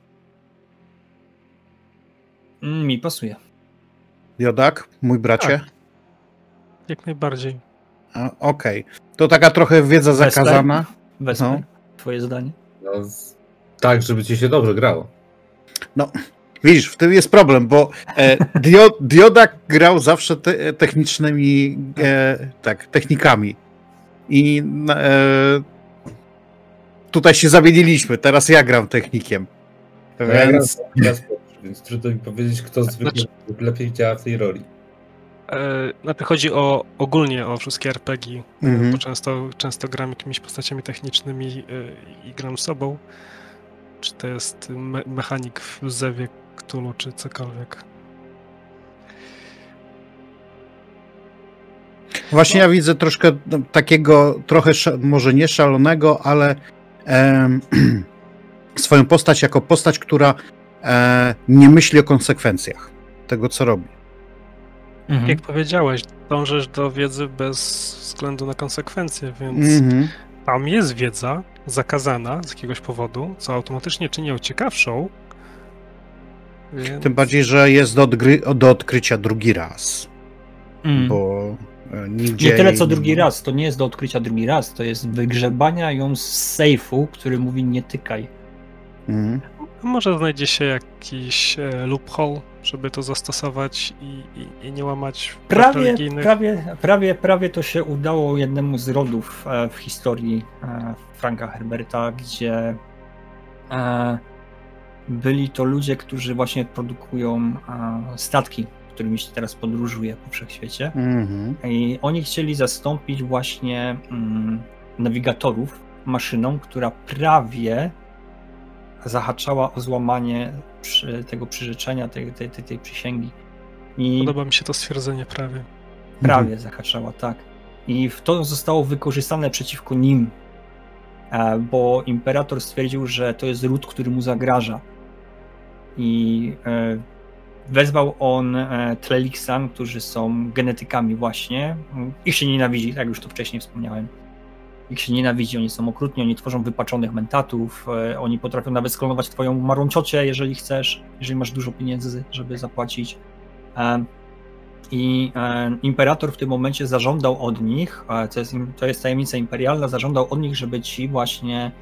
Mi pasuje. Diodak, mój bracie? Tak. Jak najbardziej. Okej. To taka trochę wiedza zakazana. Wesper, twoje zdanie? No, tak, żeby ci się dobrze grało. No, widzisz, w tym jest problem, bo Diodak grał zawsze technicznymi technikami. I tutaj się zamieniliśmy. Teraz ja gram technikiem. Więc trudno mi powiedzieć, kto zwykle lepiej działa w tej roli. Chodzi ogólnie o wszystkie RPG, bo często gram jakimiś postaciami technicznymi i gram sobą. Czy to jest mechanik w Zewie, Cthulhu, czy cokolwiek. Właśnie ja widzę troszkę takiego, trochę może nie szalonego, ale swoją postać jako postać, która nie myśli o konsekwencjach tego, co robi. Jak powiedziałeś, dążysz do wiedzy bez względu na konsekwencje, więc tam jest wiedza zakazana z jakiegoś powodu, co automatycznie czyni ją ciekawszą. Więc... Tym bardziej, że jest do odkrycia drugi raz. Bo nigdzie... Nie tyle co drugi raz, to nie jest do odkrycia drugi raz, to jest wygrzebania ją z sejfu, który mówi nie tykaj. Może znajdzie się jakiś loophole, żeby to zastosować i nie łamać prawie to się udało jednemu z rodów w historii Franka Herberta, gdzie byli to ludzie, którzy właśnie produkują statki, którymi się teraz podróżuje po wszechświecie. I oni chcieli zastąpić właśnie nawigatorów maszyną, która prawie zahaczała o złamanie tego przyrzeczenia, tej przysięgi. Podoba mi się to stwierdzenie prawie. Prawie zahaczała, tak. I to zostało wykorzystane przeciwko nim, bo imperator stwierdził, że to jest ród, który mu zagraża. I wezwał on Tlelixan, którzy są genetykami właśnie. Ich się nienawidzi, jak już to wcześniej wspomniałem. Ich się nienawidzi, oni są okrutni, oni tworzą wypaczonych mentatów, oni potrafią nawet sklonować twoją marłą ciocię, jeżeli chcesz, jeżeli masz dużo pieniędzy, żeby zapłacić. I imperator w tym momencie zażądał od nich, to jest tajemnica imperialna, zażądał od nich, żeby ci właśnie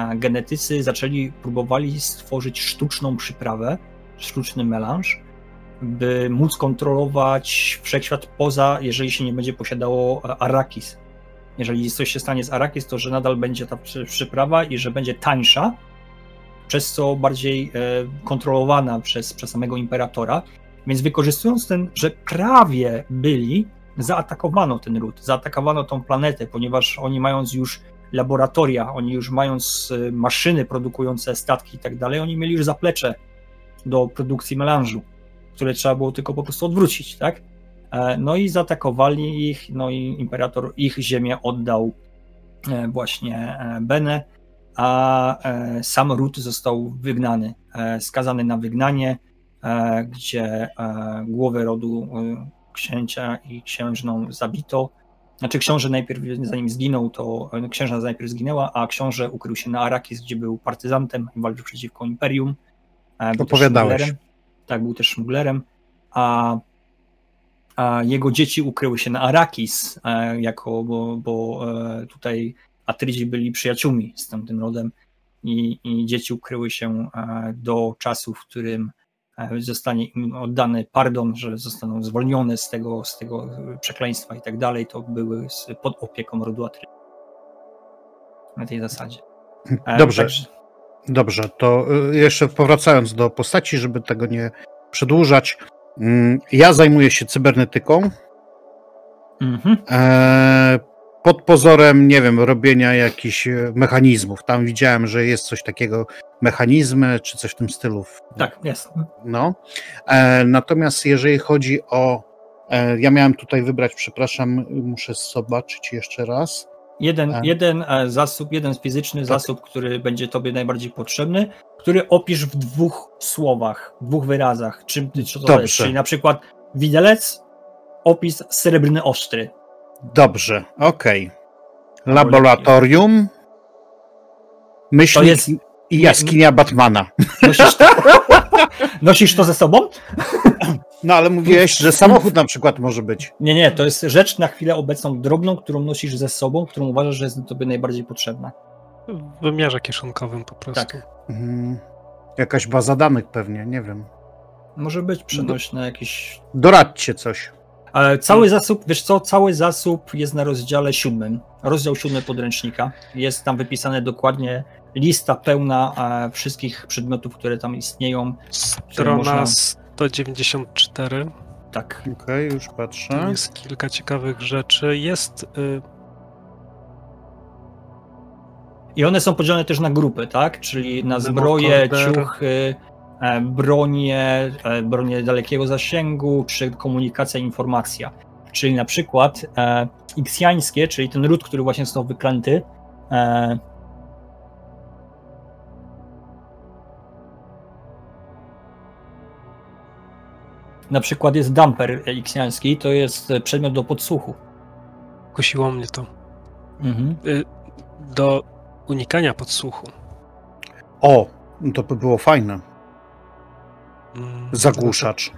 genetycy próbowali stworzyć sztuczną przyprawę, sztuczny melanż, by móc kontrolować wszechświat poza, jeżeli się nie będzie posiadało Arrakis. Jeżeli coś się stanie z Arrakis, to że nadal będzie ta przyprawa i że będzie tańsza, przez co bardziej kontrolowana przez samego imperatora. Więc wykorzystując ten, że prawie zaatakowano ten ród, zaatakowano tą planetę, ponieważ oni mając już laboratoria, oni już mając maszyny produkujące statki i tak dalej, oni mieli już zaplecze do produkcji melanżu, które trzeba było tylko po prostu odwrócić, tak? No i zaatakowali ich, no i imperator ich ziemię oddał właśnie Bene, a sam ród został wygnany, skazany na wygnanie, gdzie głowę rodu księcia i księżną zabito. Znaczy książę najpierw, zanim zginął, to księżna najpierw zginęła, a książę ukrył się na Arrakis, gdzie był partyzantem i walczył przeciwko Imperium. Opowiadałeś. Tak, był też szmuglerem, a jego dzieci ukryły się na Arrakis, bo tutaj Atrydzi byli przyjaciółmi z tamtym rodem i dzieci ukryły się do czasu, w którym zostanie im oddany pardon, że zostaną zwolnione z tego przekleństwa i tak dalej, to były pod opieką rodu Atrydzi. Na tej zasadzie. Dobrze, to jeszcze powracając do postaci, żeby tego nie przedłużać, ja zajmuję się cybernetyką. Pod pozorem, nie wiem, robienia jakichś mechanizmów. Tam widziałem, że jest coś takiego, mechanizmy, czy coś w tym stylu. Tak, jest. No. Natomiast jeżeli chodzi o... Ja miałem tutaj wybrać, przepraszam, muszę zobaczyć jeszcze raz. Jeden zasób, jeden fizyczny zasób, który będzie tobie najbardziej potrzebny, który opisz w 2 słowach, 2 wyrazach. Co to jest? Czyli na przykład widelec, opis srebrny ostry. Dobrze, okej. Laboratorium, myślnik i jaskinia Batmana. Nosisz to ze sobą? No ale mówiłeś, że samochód na przykład może być. Nie, to jest rzecz na chwilę obecną drobną, którą nosisz ze sobą, którą uważasz, że jest tobie najbardziej potrzebna. W wymiarze kieszonkowym po prostu. Tak. Jakaś baza danych pewnie, nie wiem. Może być przenośne jakieś... Doradźcie coś. Ale cały zasób, wiesz co, cały zasób jest na rozdziale 7. Rozdział 7 podręcznika. Jest tam wypisane dokładnie lista pełna wszystkich przedmiotów, które tam istnieją. Strona 194. Tak. Okej, już patrzę. Tam jest kilka ciekawych rzeczy. I one są podzielone też na grupy, tak? Czyli na zbroje, ciuchy, bronie dalekiego zasięgu, czy komunikacja, informacja. Czyli na przykład Iksjańskie, czyli ten ród, który właśnie został wyklęty, na przykład jest damper iksjański, to jest przedmiot do podsłuchu. Kusiło mnie to. Do unikania podsłuchu. O, to by było fajne. Zagłuszacz.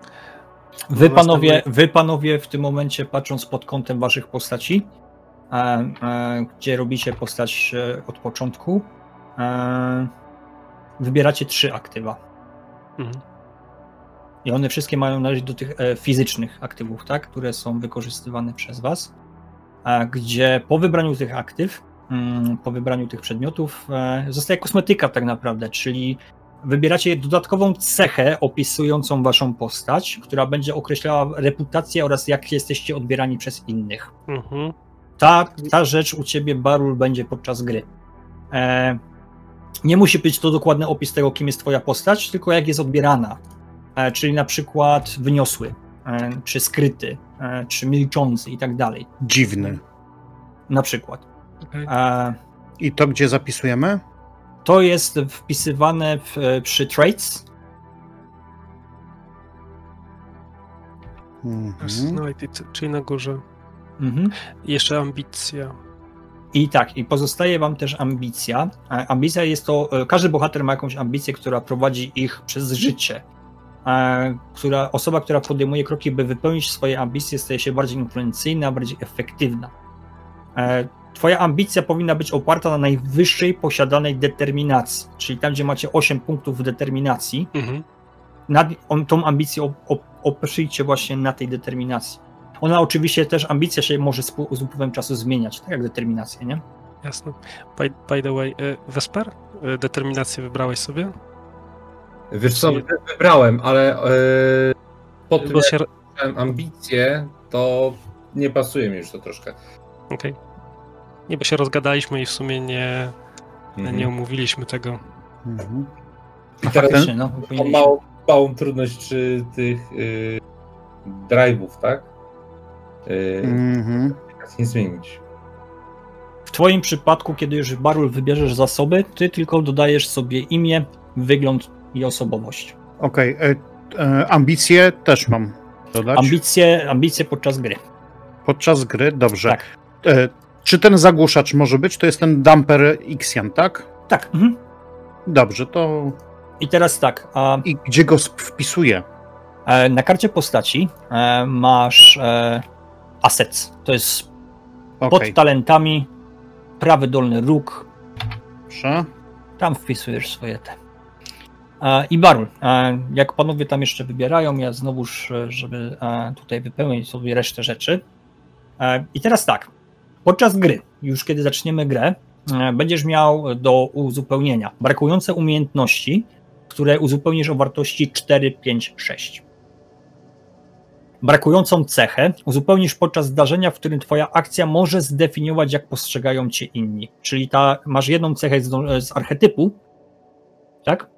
Wy panowie w tym momencie, patrząc pod kątem waszych postaci, gdzie robicie postać od początku, wybieracie 3 aktywa. I one wszystkie mają należeć do tych fizycznych aktywów, tak, które są wykorzystywane przez was, gdzie po wybraniu tych aktyw, po wybraniu tych przedmiotów zostaje kosmetyka tak naprawdę, czyli wybieracie dodatkową cechę opisującą waszą postać, która będzie określała reputację oraz jak jesteście odbierani przez innych. Ta rzecz u ciebie, Barul, będzie podczas gry. Nie musi być to dokładny opis tego, kim jest twoja postać, tylko jak jest odbierana. Czyli na przykład wyniosły, czy skryty, czy milczący i tak dalej. Dziwny. Na przykład. Okay. I to gdzie zapisujemy? To jest wpisywane przy traits. Czyli na górze. I jeszcze ambicja. I tak, i pozostaje wam też ambicja. Ambicja jest to, każdy bohater ma jakąś ambicję, która prowadzi ich przez życie. Osoba, która podejmuje kroki, by wypełnić swoje ambicje, staje się bardziej influencyjna, bardziej efektywna. Twoja ambicja powinna być oparta na najwyższej posiadanej determinacji, czyli tam, gdzie macie 8 punktów w determinacji, tą ambicję oprzyjcie właśnie na tej determinacji. Ona oczywiście też, ambicja się może z upływem czasu zmieniać, tak jak determinacja, nie? Jasne. By the way, Vesper, determinację wybrałeś sobie? Wiesz co, wybrałem, ale po tym, Bo jak miałem ambicje, to nie pasuje mi już to troszkę. Okej. Nie, bo się rozgadaliśmy i w sumie nie omówiliśmy tego. I teraz no, mam małą trudność przy tych drive'ów, tak? Nie zmienić. W twoim przypadku, kiedy już Barul wybierzesz zasoby, ty tylko dodajesz sobie imię, wygląd i osobowość. Okej. Ambicje też mam dodać? Ambicje podczas gry. Podczas gry? Dobrze. Tak. Czy ten zagłuszacz może być? To jest ten Damper Ixian, tak? Tak. Dobrze, to... I teraz tak. I gdzie go wpisuję? Na karcie postaci masz assets. To jest pod talentami, prawy dolny róg. Dobrze. Tam wpisujesz swoje te. I Barul, jak panowie tam jeszcze wybierają, ja znowuż, żeby tutaj wypełnić sobie resztę rzeczy. I teraz tak, podczas gry, już kiedy zaczniemy grę, będziesz miał do uzupełnienia brakujące umiejętności, które uzupełnisz o wartości 4, 5, 6. Brakującą cechę uzupełnisz podczas zdarzenia, w którym twoja akcja może zdefiniować, jak postrzegają cię inni. Czyli masz jedną cechę z archetypu, tak?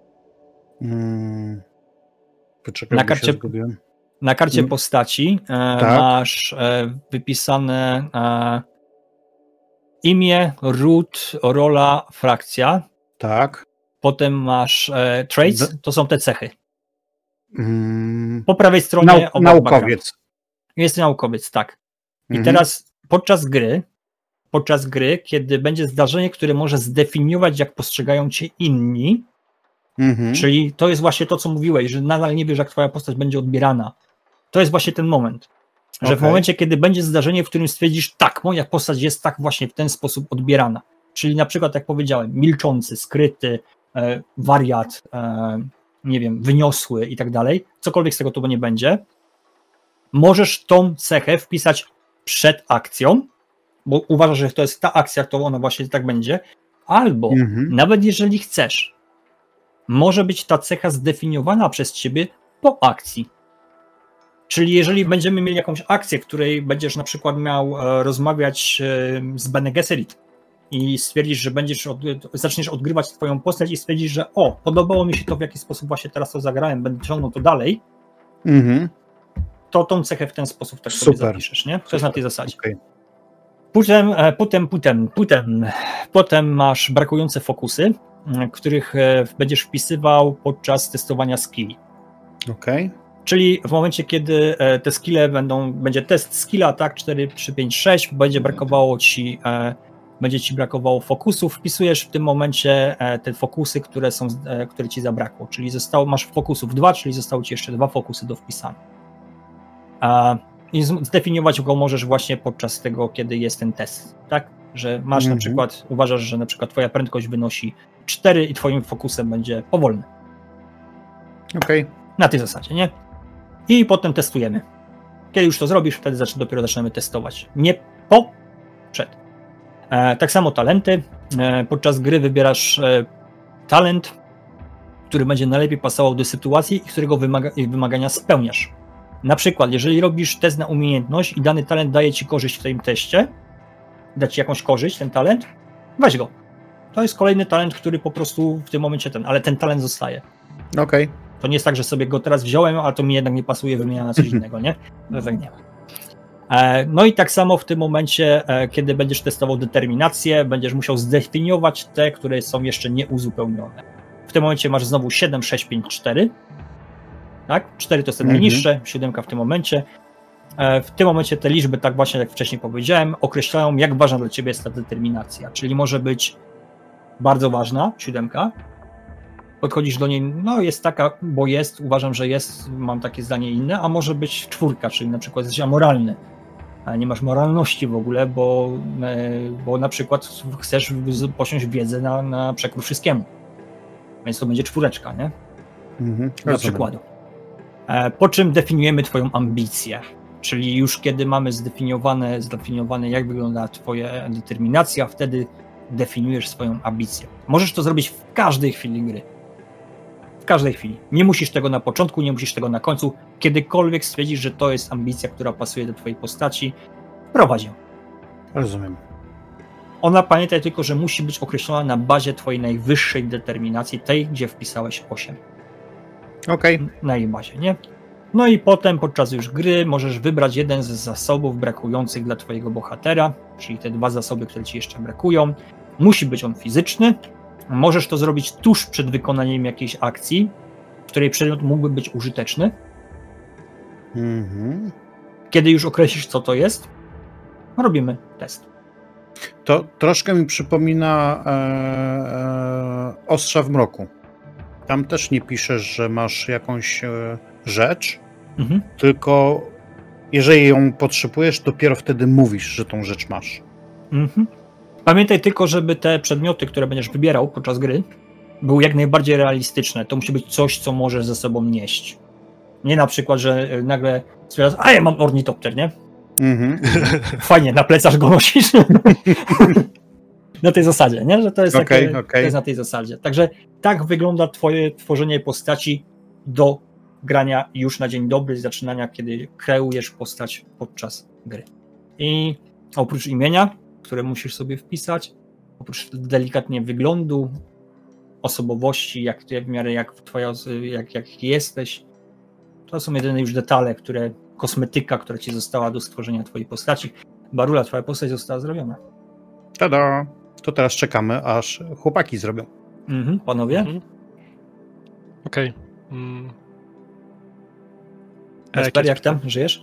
Poczekaj, na karcie postaci masz wypisane imię, ród, rola, frakcja. Tak. Potem masz traits, to są te cechy. Po prawej stronie naukowiec. Jest naukowiec, tak. I teraz podczas gry, kiedy będzie zdarzenie, które może zdefiniować, jak postrzegają cię inni, czyli to jest właśnie to, co mówiłeś, że nadal nie wiesz, jak twoja postać będzie odbierana. To jest właśnie ten moment. Że w momencie, kiedy będzie zdarzenie, w którym stwierdzisz, tak, moja postać jest tak właśnie w ten sposób odbierana. Czyli na przykład, jak powiedziałem, milczący, skryty, wariat, nie wiem, wyniosły i tak dalej, cokolwiek z tego tu nie będzie, możesz tą cechę wpisać przed akcją, bo uważasz, że to jest ta akcja, to ona właśnie tak będzie, albo nawet jeżeli chcesz, może być ta cecha zdefiniowana przez ciebie po akcji. Czyli jeżeli będziemy mieli jakąś akcję, w której będziesz na przykład miał rozmawiać z Bene Gesserit i stwierdzisz, że zaczniesz odgrywać twoją postać i stwierdzisz, że podobało mi się to, w jaki sposób właśnie teraz to zagrałem, będę ciągnął to dalej, to tą cechę w ten sposób też sobie zapiszesz, nie? To jest na tej zasadzie. Okay. Potem masz brakujące fokusy, których będziesz wpisywał podczas testowania skilli. Okej. Czyli w momencie, kiedy te skille będzie test skilla, tak, 4, 3, 5, 6, będzie ci brakowało fokusów, wpisujesz w tym momencie te fokusy, które ci zabrakło, czyli masz fokusów 2, czyli zostały ci jeszcze 2 fokusy do wpisania. I zdefiniować go możesz właśnie podczas tego, kiedy jest ten test, tak, że masz na przykład, uważasz, że na przykład twoja prędkość wynosi 4 i twoim fokusem będzie powolny. Okej. Na tej zasadzie, nie? I potem testujemy. Kiedy już to zrobisz, wtedy dopiero zaczynamy testować. Nie przed. Tak samo talenty. Podczas gry wybierasz talent, który będzie najlepiej pasował do sytuacji i którego wymagania spełniasz. Na przykład, jeżeli robisz test na umiejętność i dany talent daje ci korzyść w tym teście, da ci jakąś korzyść ten talent, weź go. To jest kolejny talent, który po prostu w tym momencie ale ten talent zostaje. Okej. To nie jest tak, że sobie go teraz wziąłem, a to mi jednak nie pasuje, wymieniam na coś innego, nie? Nie. No i tak samo w tym momencie, kiedy będziesz testował determinację, będziesz musiał zdefiniować te, które są jeszcze nieuzupełnione. W tym momencie masz znowu 7, 6, 5, 4. Tak? 4 to jest te najniższe, 7 w tym momencie. W tym momencie te liczby, tak właśnie jak wcześniej powiedziałem, określają, jak ważna dla ciebie jest ta determinacja. Czyli może być bardzo ważna, 7. Podchodzisz do niej, no jest taka, bo jest, uważam, że jest, mam takie zdanie inne, a może być 4, czyli na przykład jesteś amoralny, a nie masz moralności w ogóle, bo na przykład chcesz posiąść wiedzę na przekór wszystkiemu. Więc to będzie 4, nie? Dla przykładu. Po czym definiujemy twoją ambicję. Czyli już kiedy mamy zdefiniowane jak wygląda twoja determinacja, wtedy definiujesz swoją ambicję. Możesz to zrobić w każdej chwili gry. W każdej chwili. Nie musisz tego na początku, nie musisz tego na końcu. Kiedykolwiek stwierdzisz, że to jest ambicja, która pasuje do twojej postaci, prowadź ją. Rozumiem. Ona, pamiętaj tylko, że musi być określona na bazie twojej najwyższej determinacji, tej, gdzie wpisałeś 8. Okej. Na jej bazie, nie? No i potem podczas już gry możesz wybrać jeden z zasobów brakujących dla twojego bohatera, czyli te 2 zasoby, które ci jeszcze brakują. Musi być on fizyczny. Możesz to zrobić tuż przed wykonaniem jakiejś akcji, w której przedmiot mógłby być użyteczny. Kiedy już określisz, co to jest, robimy test. To troszkę mi przypomina Ostrza w mroku. Tam też nie piszesz, że masz jakąś rzecz, tylko jeżeli ją potrzebujesz, dopiero wtedy mówisz, że tą rzecz masz. Pamiętaj tylko, żeby te przedmioty, które będziesz wybierał podczas gry, były jak najbardziej realistyczne. To musi być coś, co możesz ze sobą nieść. Nie na przykład, że nagle stwierdzasz, a ja mam ornitopter, nie? Fajnie, na plecach go nosisz. Na tej zasadzie, nie? Że to jest, to jest na tej zasadzie. Także tak wygląda twoje tworzenie postaci do grania już na dzień dobry, zaczynania, kiedy kreujesz postać podczas gry. I oprócz imienia, które musisz sobie wpisać, oprócz delikatnie wyglądu, osobowości, w miarę jak jesteś, to są jedyne już detale, kosmetyka, która ci została do stworzenia twojej postaci. Barula, twoja postać została zrobiona. Tada! To teraz czekamy, aż chłopaki zrobią. Panowie? Okej. Kasper, jak tam? Żyjesz?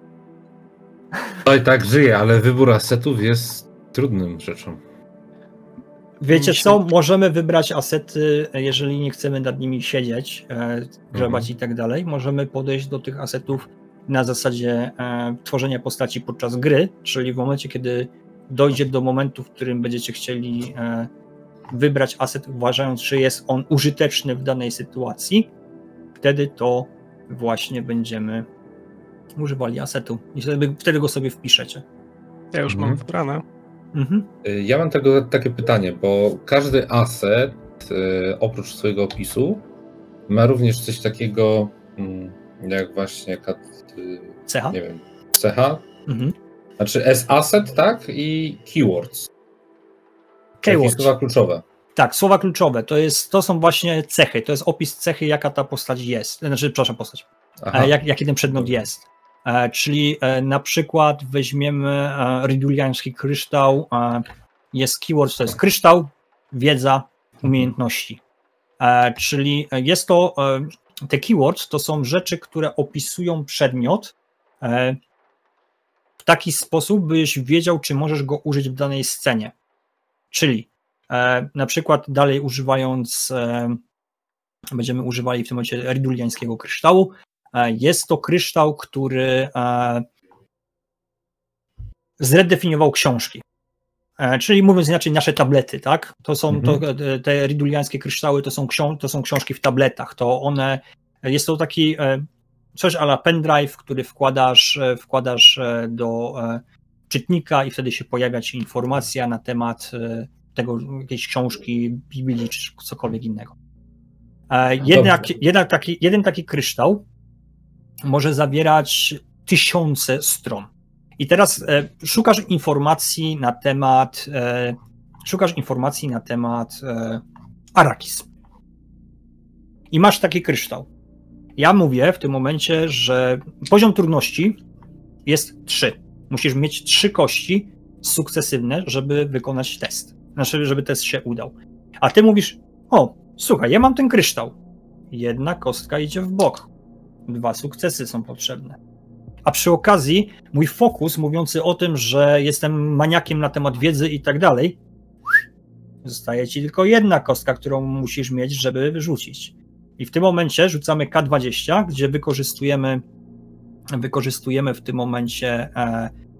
No i tak żyję, ale wybór asetów jest trudną rzeczą. Wiecie co? Możemy wybrać asety, jeżeli nie chcemy nad nimi siedzieć, grzebać i tak dalej. Możemy podejść do tych asetów na zasadzie tworzenia postaci podczas gry, czyli w momencie, kiedy dojdzie do momentu, w którym będziecie chcieli wybrać aset, uważając, że jest on użyteczny w danej sytuacji, wtedy to właśnie będziemy używali asetu i wtedy go sobie wpiszecie. Ja już mam wybrane. Ja mam takie pytanie, bo każdy aset oprócz swojego opisu ma również coś takiego jak właśnie cecha? Nie wiem, cecha? Znaczy S-asset, tak? I keywords. Keywords. Słowa kluczowe. Tak, słowa kluczowe. To są właśnie cechy. To jest opis cechy, jaka ta postać jest. Postać. Jaki ten przedmiot jest. Czyli na przykład weźmiemy riduliański kryształ. Jest keyword, to jest kryształ, wiedza, umiejętności. Czyli jest to, te keywords to są rzeczy, które opisują przedmiot w taki sposób, byś wiedział, czy możesz go użyć w danej scenie. Czyli na przykład dalej używając, będziemy używali w tym momencie riduliańskiego kryształu. Jest to kryształ, który zredefiniował książki. Czyli mówiąc inaczej, nasze tablety, tak? To są te riduliańskie kryształy, to są książki w tabletach. Jest to taki coś a la pendrive, który wkładasz do czytnika i wtedy się pojawia ci informacja na temat tego, jakiejś książki, Biblii czy cokolwiek innego. Jeden taki kryształ może zawierać 1000 stron. I teraz szukasz informacji na temat Arrakis. I masz taki kryształ. Ja mówię w tym momencie, że poziom trudności jest 3. Musisz mieć 3 kości sukcesywne, żeby wykonać test. Znaczy, żeby test się udał. A ty mówisz, słuchaj, ja mam ten kryształ. 1 kostka idzie w bok. 2 sukcesy są potrzebne. A przy okazji mój fokus mówiący o tym, że jestem maniakiem na temat wiedzy i tak dalej, zostaje ci tylko 1 kostka, którą musisz mieć, żeby wyrzucić. I w tym momencie rzucamy K20, gdzie wykorzystujemy w tym momencie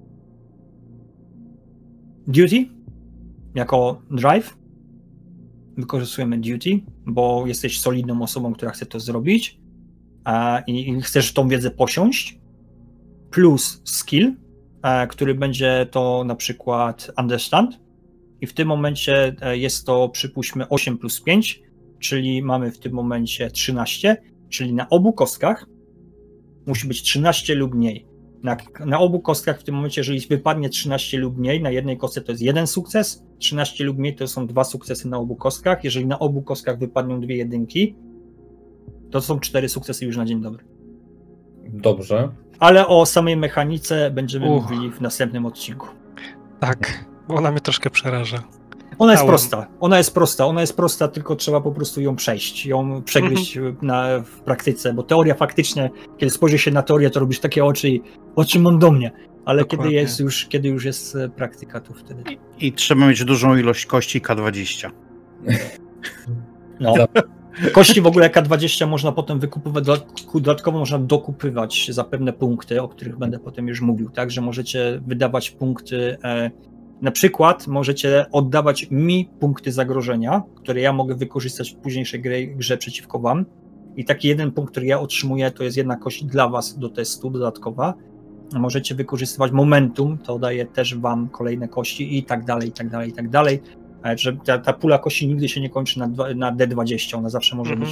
duty jako drive. wykorzystujemy duty, bo jesteś solidną osobą, która chce to zrobić i chcesz tą wiedzę posiąść, plus skill, który będzie to na przykład understand i w tym momencie jest to, przypuśćmy, 8 plus 5, czyli mamy w tym momencie 13, czyli na obu kostkach musi być 13 lub mniej. Na obu kostkach w tym momencie, jeżeli wypadnie 13 lub mniej, na jednej kostce to jest 1 sukces, 13 lub mniej to są 2 sukcesy na obu kostkach. Jeżeli na obu kostkach wypadną 2 jedynki, to są 4 sukcesy już na dzień dobry. Dobrze. Ale o samej mechanice będziemy mówili w następnym odcinku. Tak, bo ona mnie troszkę przeraża. Ona jest prosta, tylko trzeba po prostu ją przejść, ją przegryźć w praktyce, bo teoria faktycznie, kiedy spojrzysz się na teorię, to robisz takie oczy i o czym on do mnie, ale kiedy już jest praktyka, to wtedy... I trzeba mieć dużą ilość kości K20. No. Kości w ogóle K20 można potem wykupywać, dodatkowo można dokupywać za pewne punkty, o których będę potem już mówił, tak, że możecie wydawać punkty, na przykład możecie oddawać mi punkty zagrożenia, które ja mogę wykorzystać w późniejszej grze przeciwko wam i taki jeden punkt, który ja otrzymuję, to jest jedna kość dla was do testu dodatkowa. Możecie wykorzystywać momentum, to daje też wam kolejne kości i tak dalej, i tak dalej, i tak dalej. Że ta pula kości nigdy się nie kończy na D20, ona zawsze może być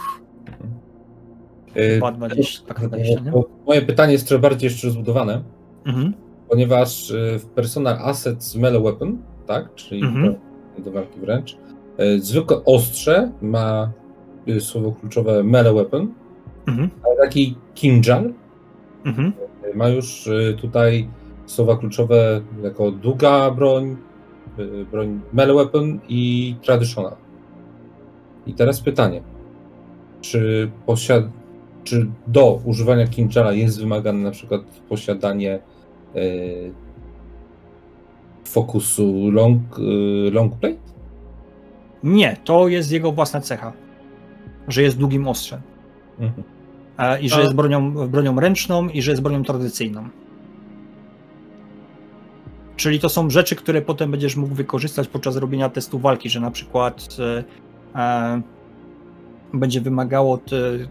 2,20, tak 20, nie? Moje pytanie jest trochę bardziej jeszcze rozbudowane, ponieważ w Personal Assets Melee Weapon, tak, czyli do walki wręcz, zwykłe ostrze ma słowo kluczowe Melee Weapon, ale taki Kinjal ma już tutaj słowa kluczowe jako długa broń Melee Weapon i Traditional. I teraz pytanie, czy do używania Kinjala jest wymagane na przykład posiadanie fokusu long plate? Nie, to jest jego własna cecha, że jest długim ostrzem. I że jest bronią ręczną i że jest bronią tradycyjną. Czyli to są rzeczy, które potem będziesz mógł wykorzystać podczas robienia testu walki, że na przykład będzie wymagało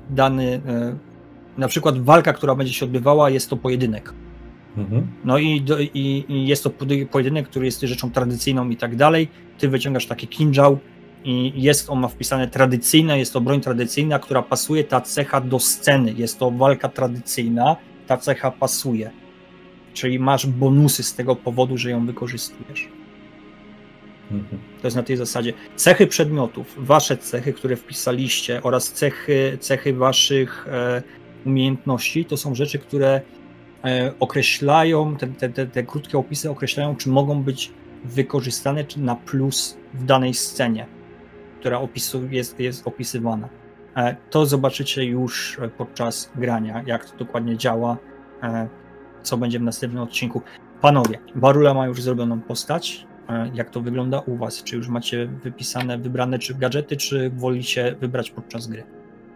na przykład walka, która będzie się odbywała, jest to pojedynek. No i jest to pojedynek, który jest rzeczą tradycyjną i tak dalej. Ty wyciągasz taki kinżał i on ma wpisane tradycyjne, jest to broń tradycyjna, która pasuje, ta cecha do sceny. Jest to walka tradycyjna, ta cecha pasuje. Czyli masz bonusy z tego powodu, że ją wykorzystujesz. To jest na tej zasadzie. Cechy przedmiotów, wasze cechy, które wpisaliście oraz cechy waszych umiejętności, to są rzeczy, które określają, te krótkie opisy określają, czy mogą być wykorzystane na plus w danej scenie, która jest opisywana. To zobaczycie już podczas grania, jak to dokładnie działa, co będzie w następnym odcinku. Panowie, Barula ma już zrobioną postać. Jak to wygląda u was? Czy już macie wybrane czy gadżety, czy wolicie wybrać podczas gry?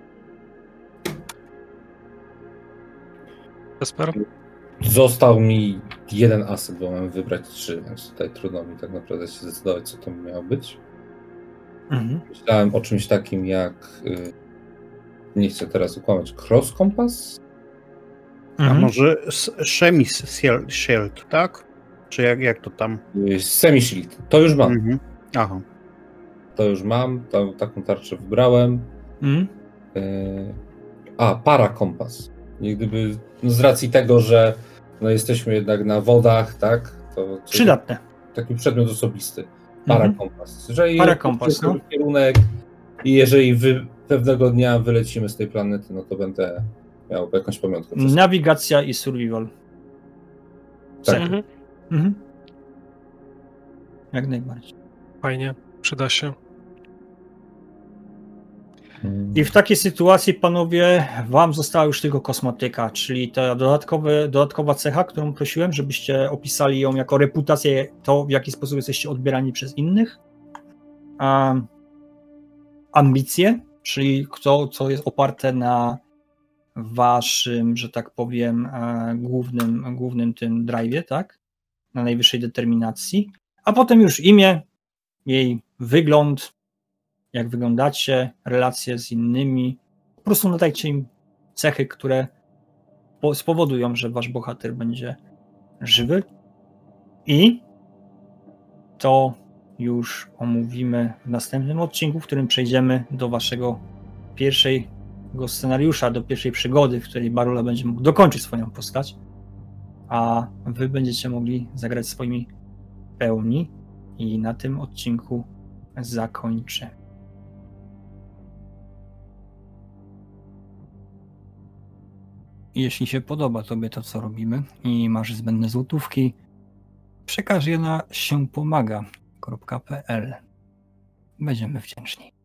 Kasper? Został mi jeden aset, bo mam wybrać 3, więc tutaj trudno mi tak naprawdę się zdecydować, co to miało być. Myślałem o czymś takim jak, nie chcę teraz ukłamać, cross compass? A może semi-shield, tak? Czy jak to tam? Semi-shield, to już mam. Aha. To już mam, taką tarczę wybrałem. Parakompas. Gdyby, z racji tego, że jesteśmy jednak na wodach, tak? To przydatne. Taki przedmiot osobisty. Parakompas. Jeżeli parakompas, kierunek i jeżeli pewnego dnia wylecimy z tej planety, no to będę miał jakąś pamiątkę. Nawigacja i survival. Tak. Jak najbardziej. Fajnie, przyda się. I w takiej sytuacji, panowie, wam została już tylko kosmetyka, czyli ta dodatkowa cecha, którą prosiłem, żebyście opisali ją jako reputację, to w jaki sposób jesteście odbierani przez innych. Ambicje, czyli to, co jest oparte na waszym, że tak powiem, głównym tym drive'ie, tak? Na najwyższej determinacji. A potem już imię, jej wygląd, jak wyglądacie, relacje z innymi. Po prostu nadajcie im cechy, które spowodują, że wasz bohater będzie żywy. I to już omówimy w następnym odcinku, w którym przejdziemy do waszego pierwszego scenariusza, do pierwszej przygody, w której Barula będzie mógł dokończyć swoją postać, a wy będziecie mogli zagrać swoimi pełni i na tym odcinku zakończę. Jeśli się podoba tobie to, co robimy i masz zbędne złotówki, przekaż je na siępomaga.pl. Będziemy wdzięczni.